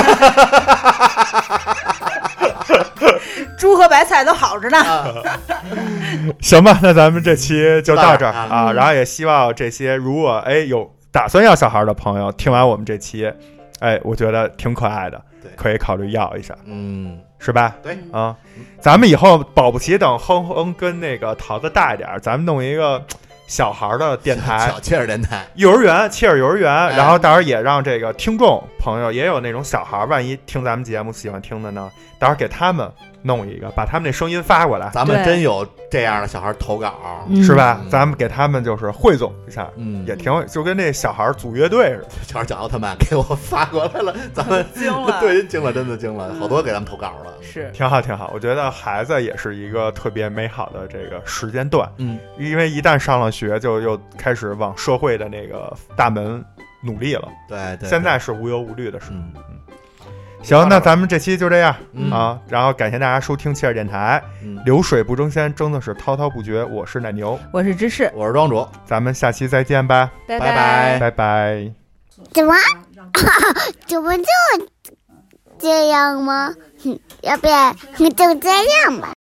猪和白菜都好着呢。 行吧，那咱们这期就到这儿啊，然后也希望这些如果哎有打算要小孩的朋友，听完我们这期，哎，我觉得挺可爱的。可以考虑要一下， 嗯， 是吧？ 对啊，咱们以后保不齐等哼哼跟那个桃子大一点，咱们弄一个小孩的电台， 小切尔电台， 幼儿园，切尔幼儿园， 哎、 然后到时候也让这个听众朋友也有那种小孩，万一听咱们节目喜欢听的呢，到时候给他们弄一个，把他们那声音发过来。 咱们真有这样的小孩投稿， 是吧？ 嗯、 咱们给他们就是汇总一下， 嗯， 也挺就跟那小孩组乐队似的。 小孩讲奥特曼给我发过来了，咱们惊了， 对，惊了，真的惊了，好多给咱们投稿了， 是挺好，挺好。我觉得孩子也是一个特别美好的这个时间段， 嗯， 因为一旦上了学，就又开始往社会的那个大门努力了。 对 对, 对， 现在是无忧无虑的时候。 嗯嗯，行，那咱们这期就这样、 嗯、 啊，然后感谢大家收听切尔电台、嗯、流水不争先，争的是滔滔不绝。我是奶牛， 我是芝士， 我是庄主， 咱们下期再见吧， 拜拜拜拜。 怎么怎么就这样吗？要不然就这样吧。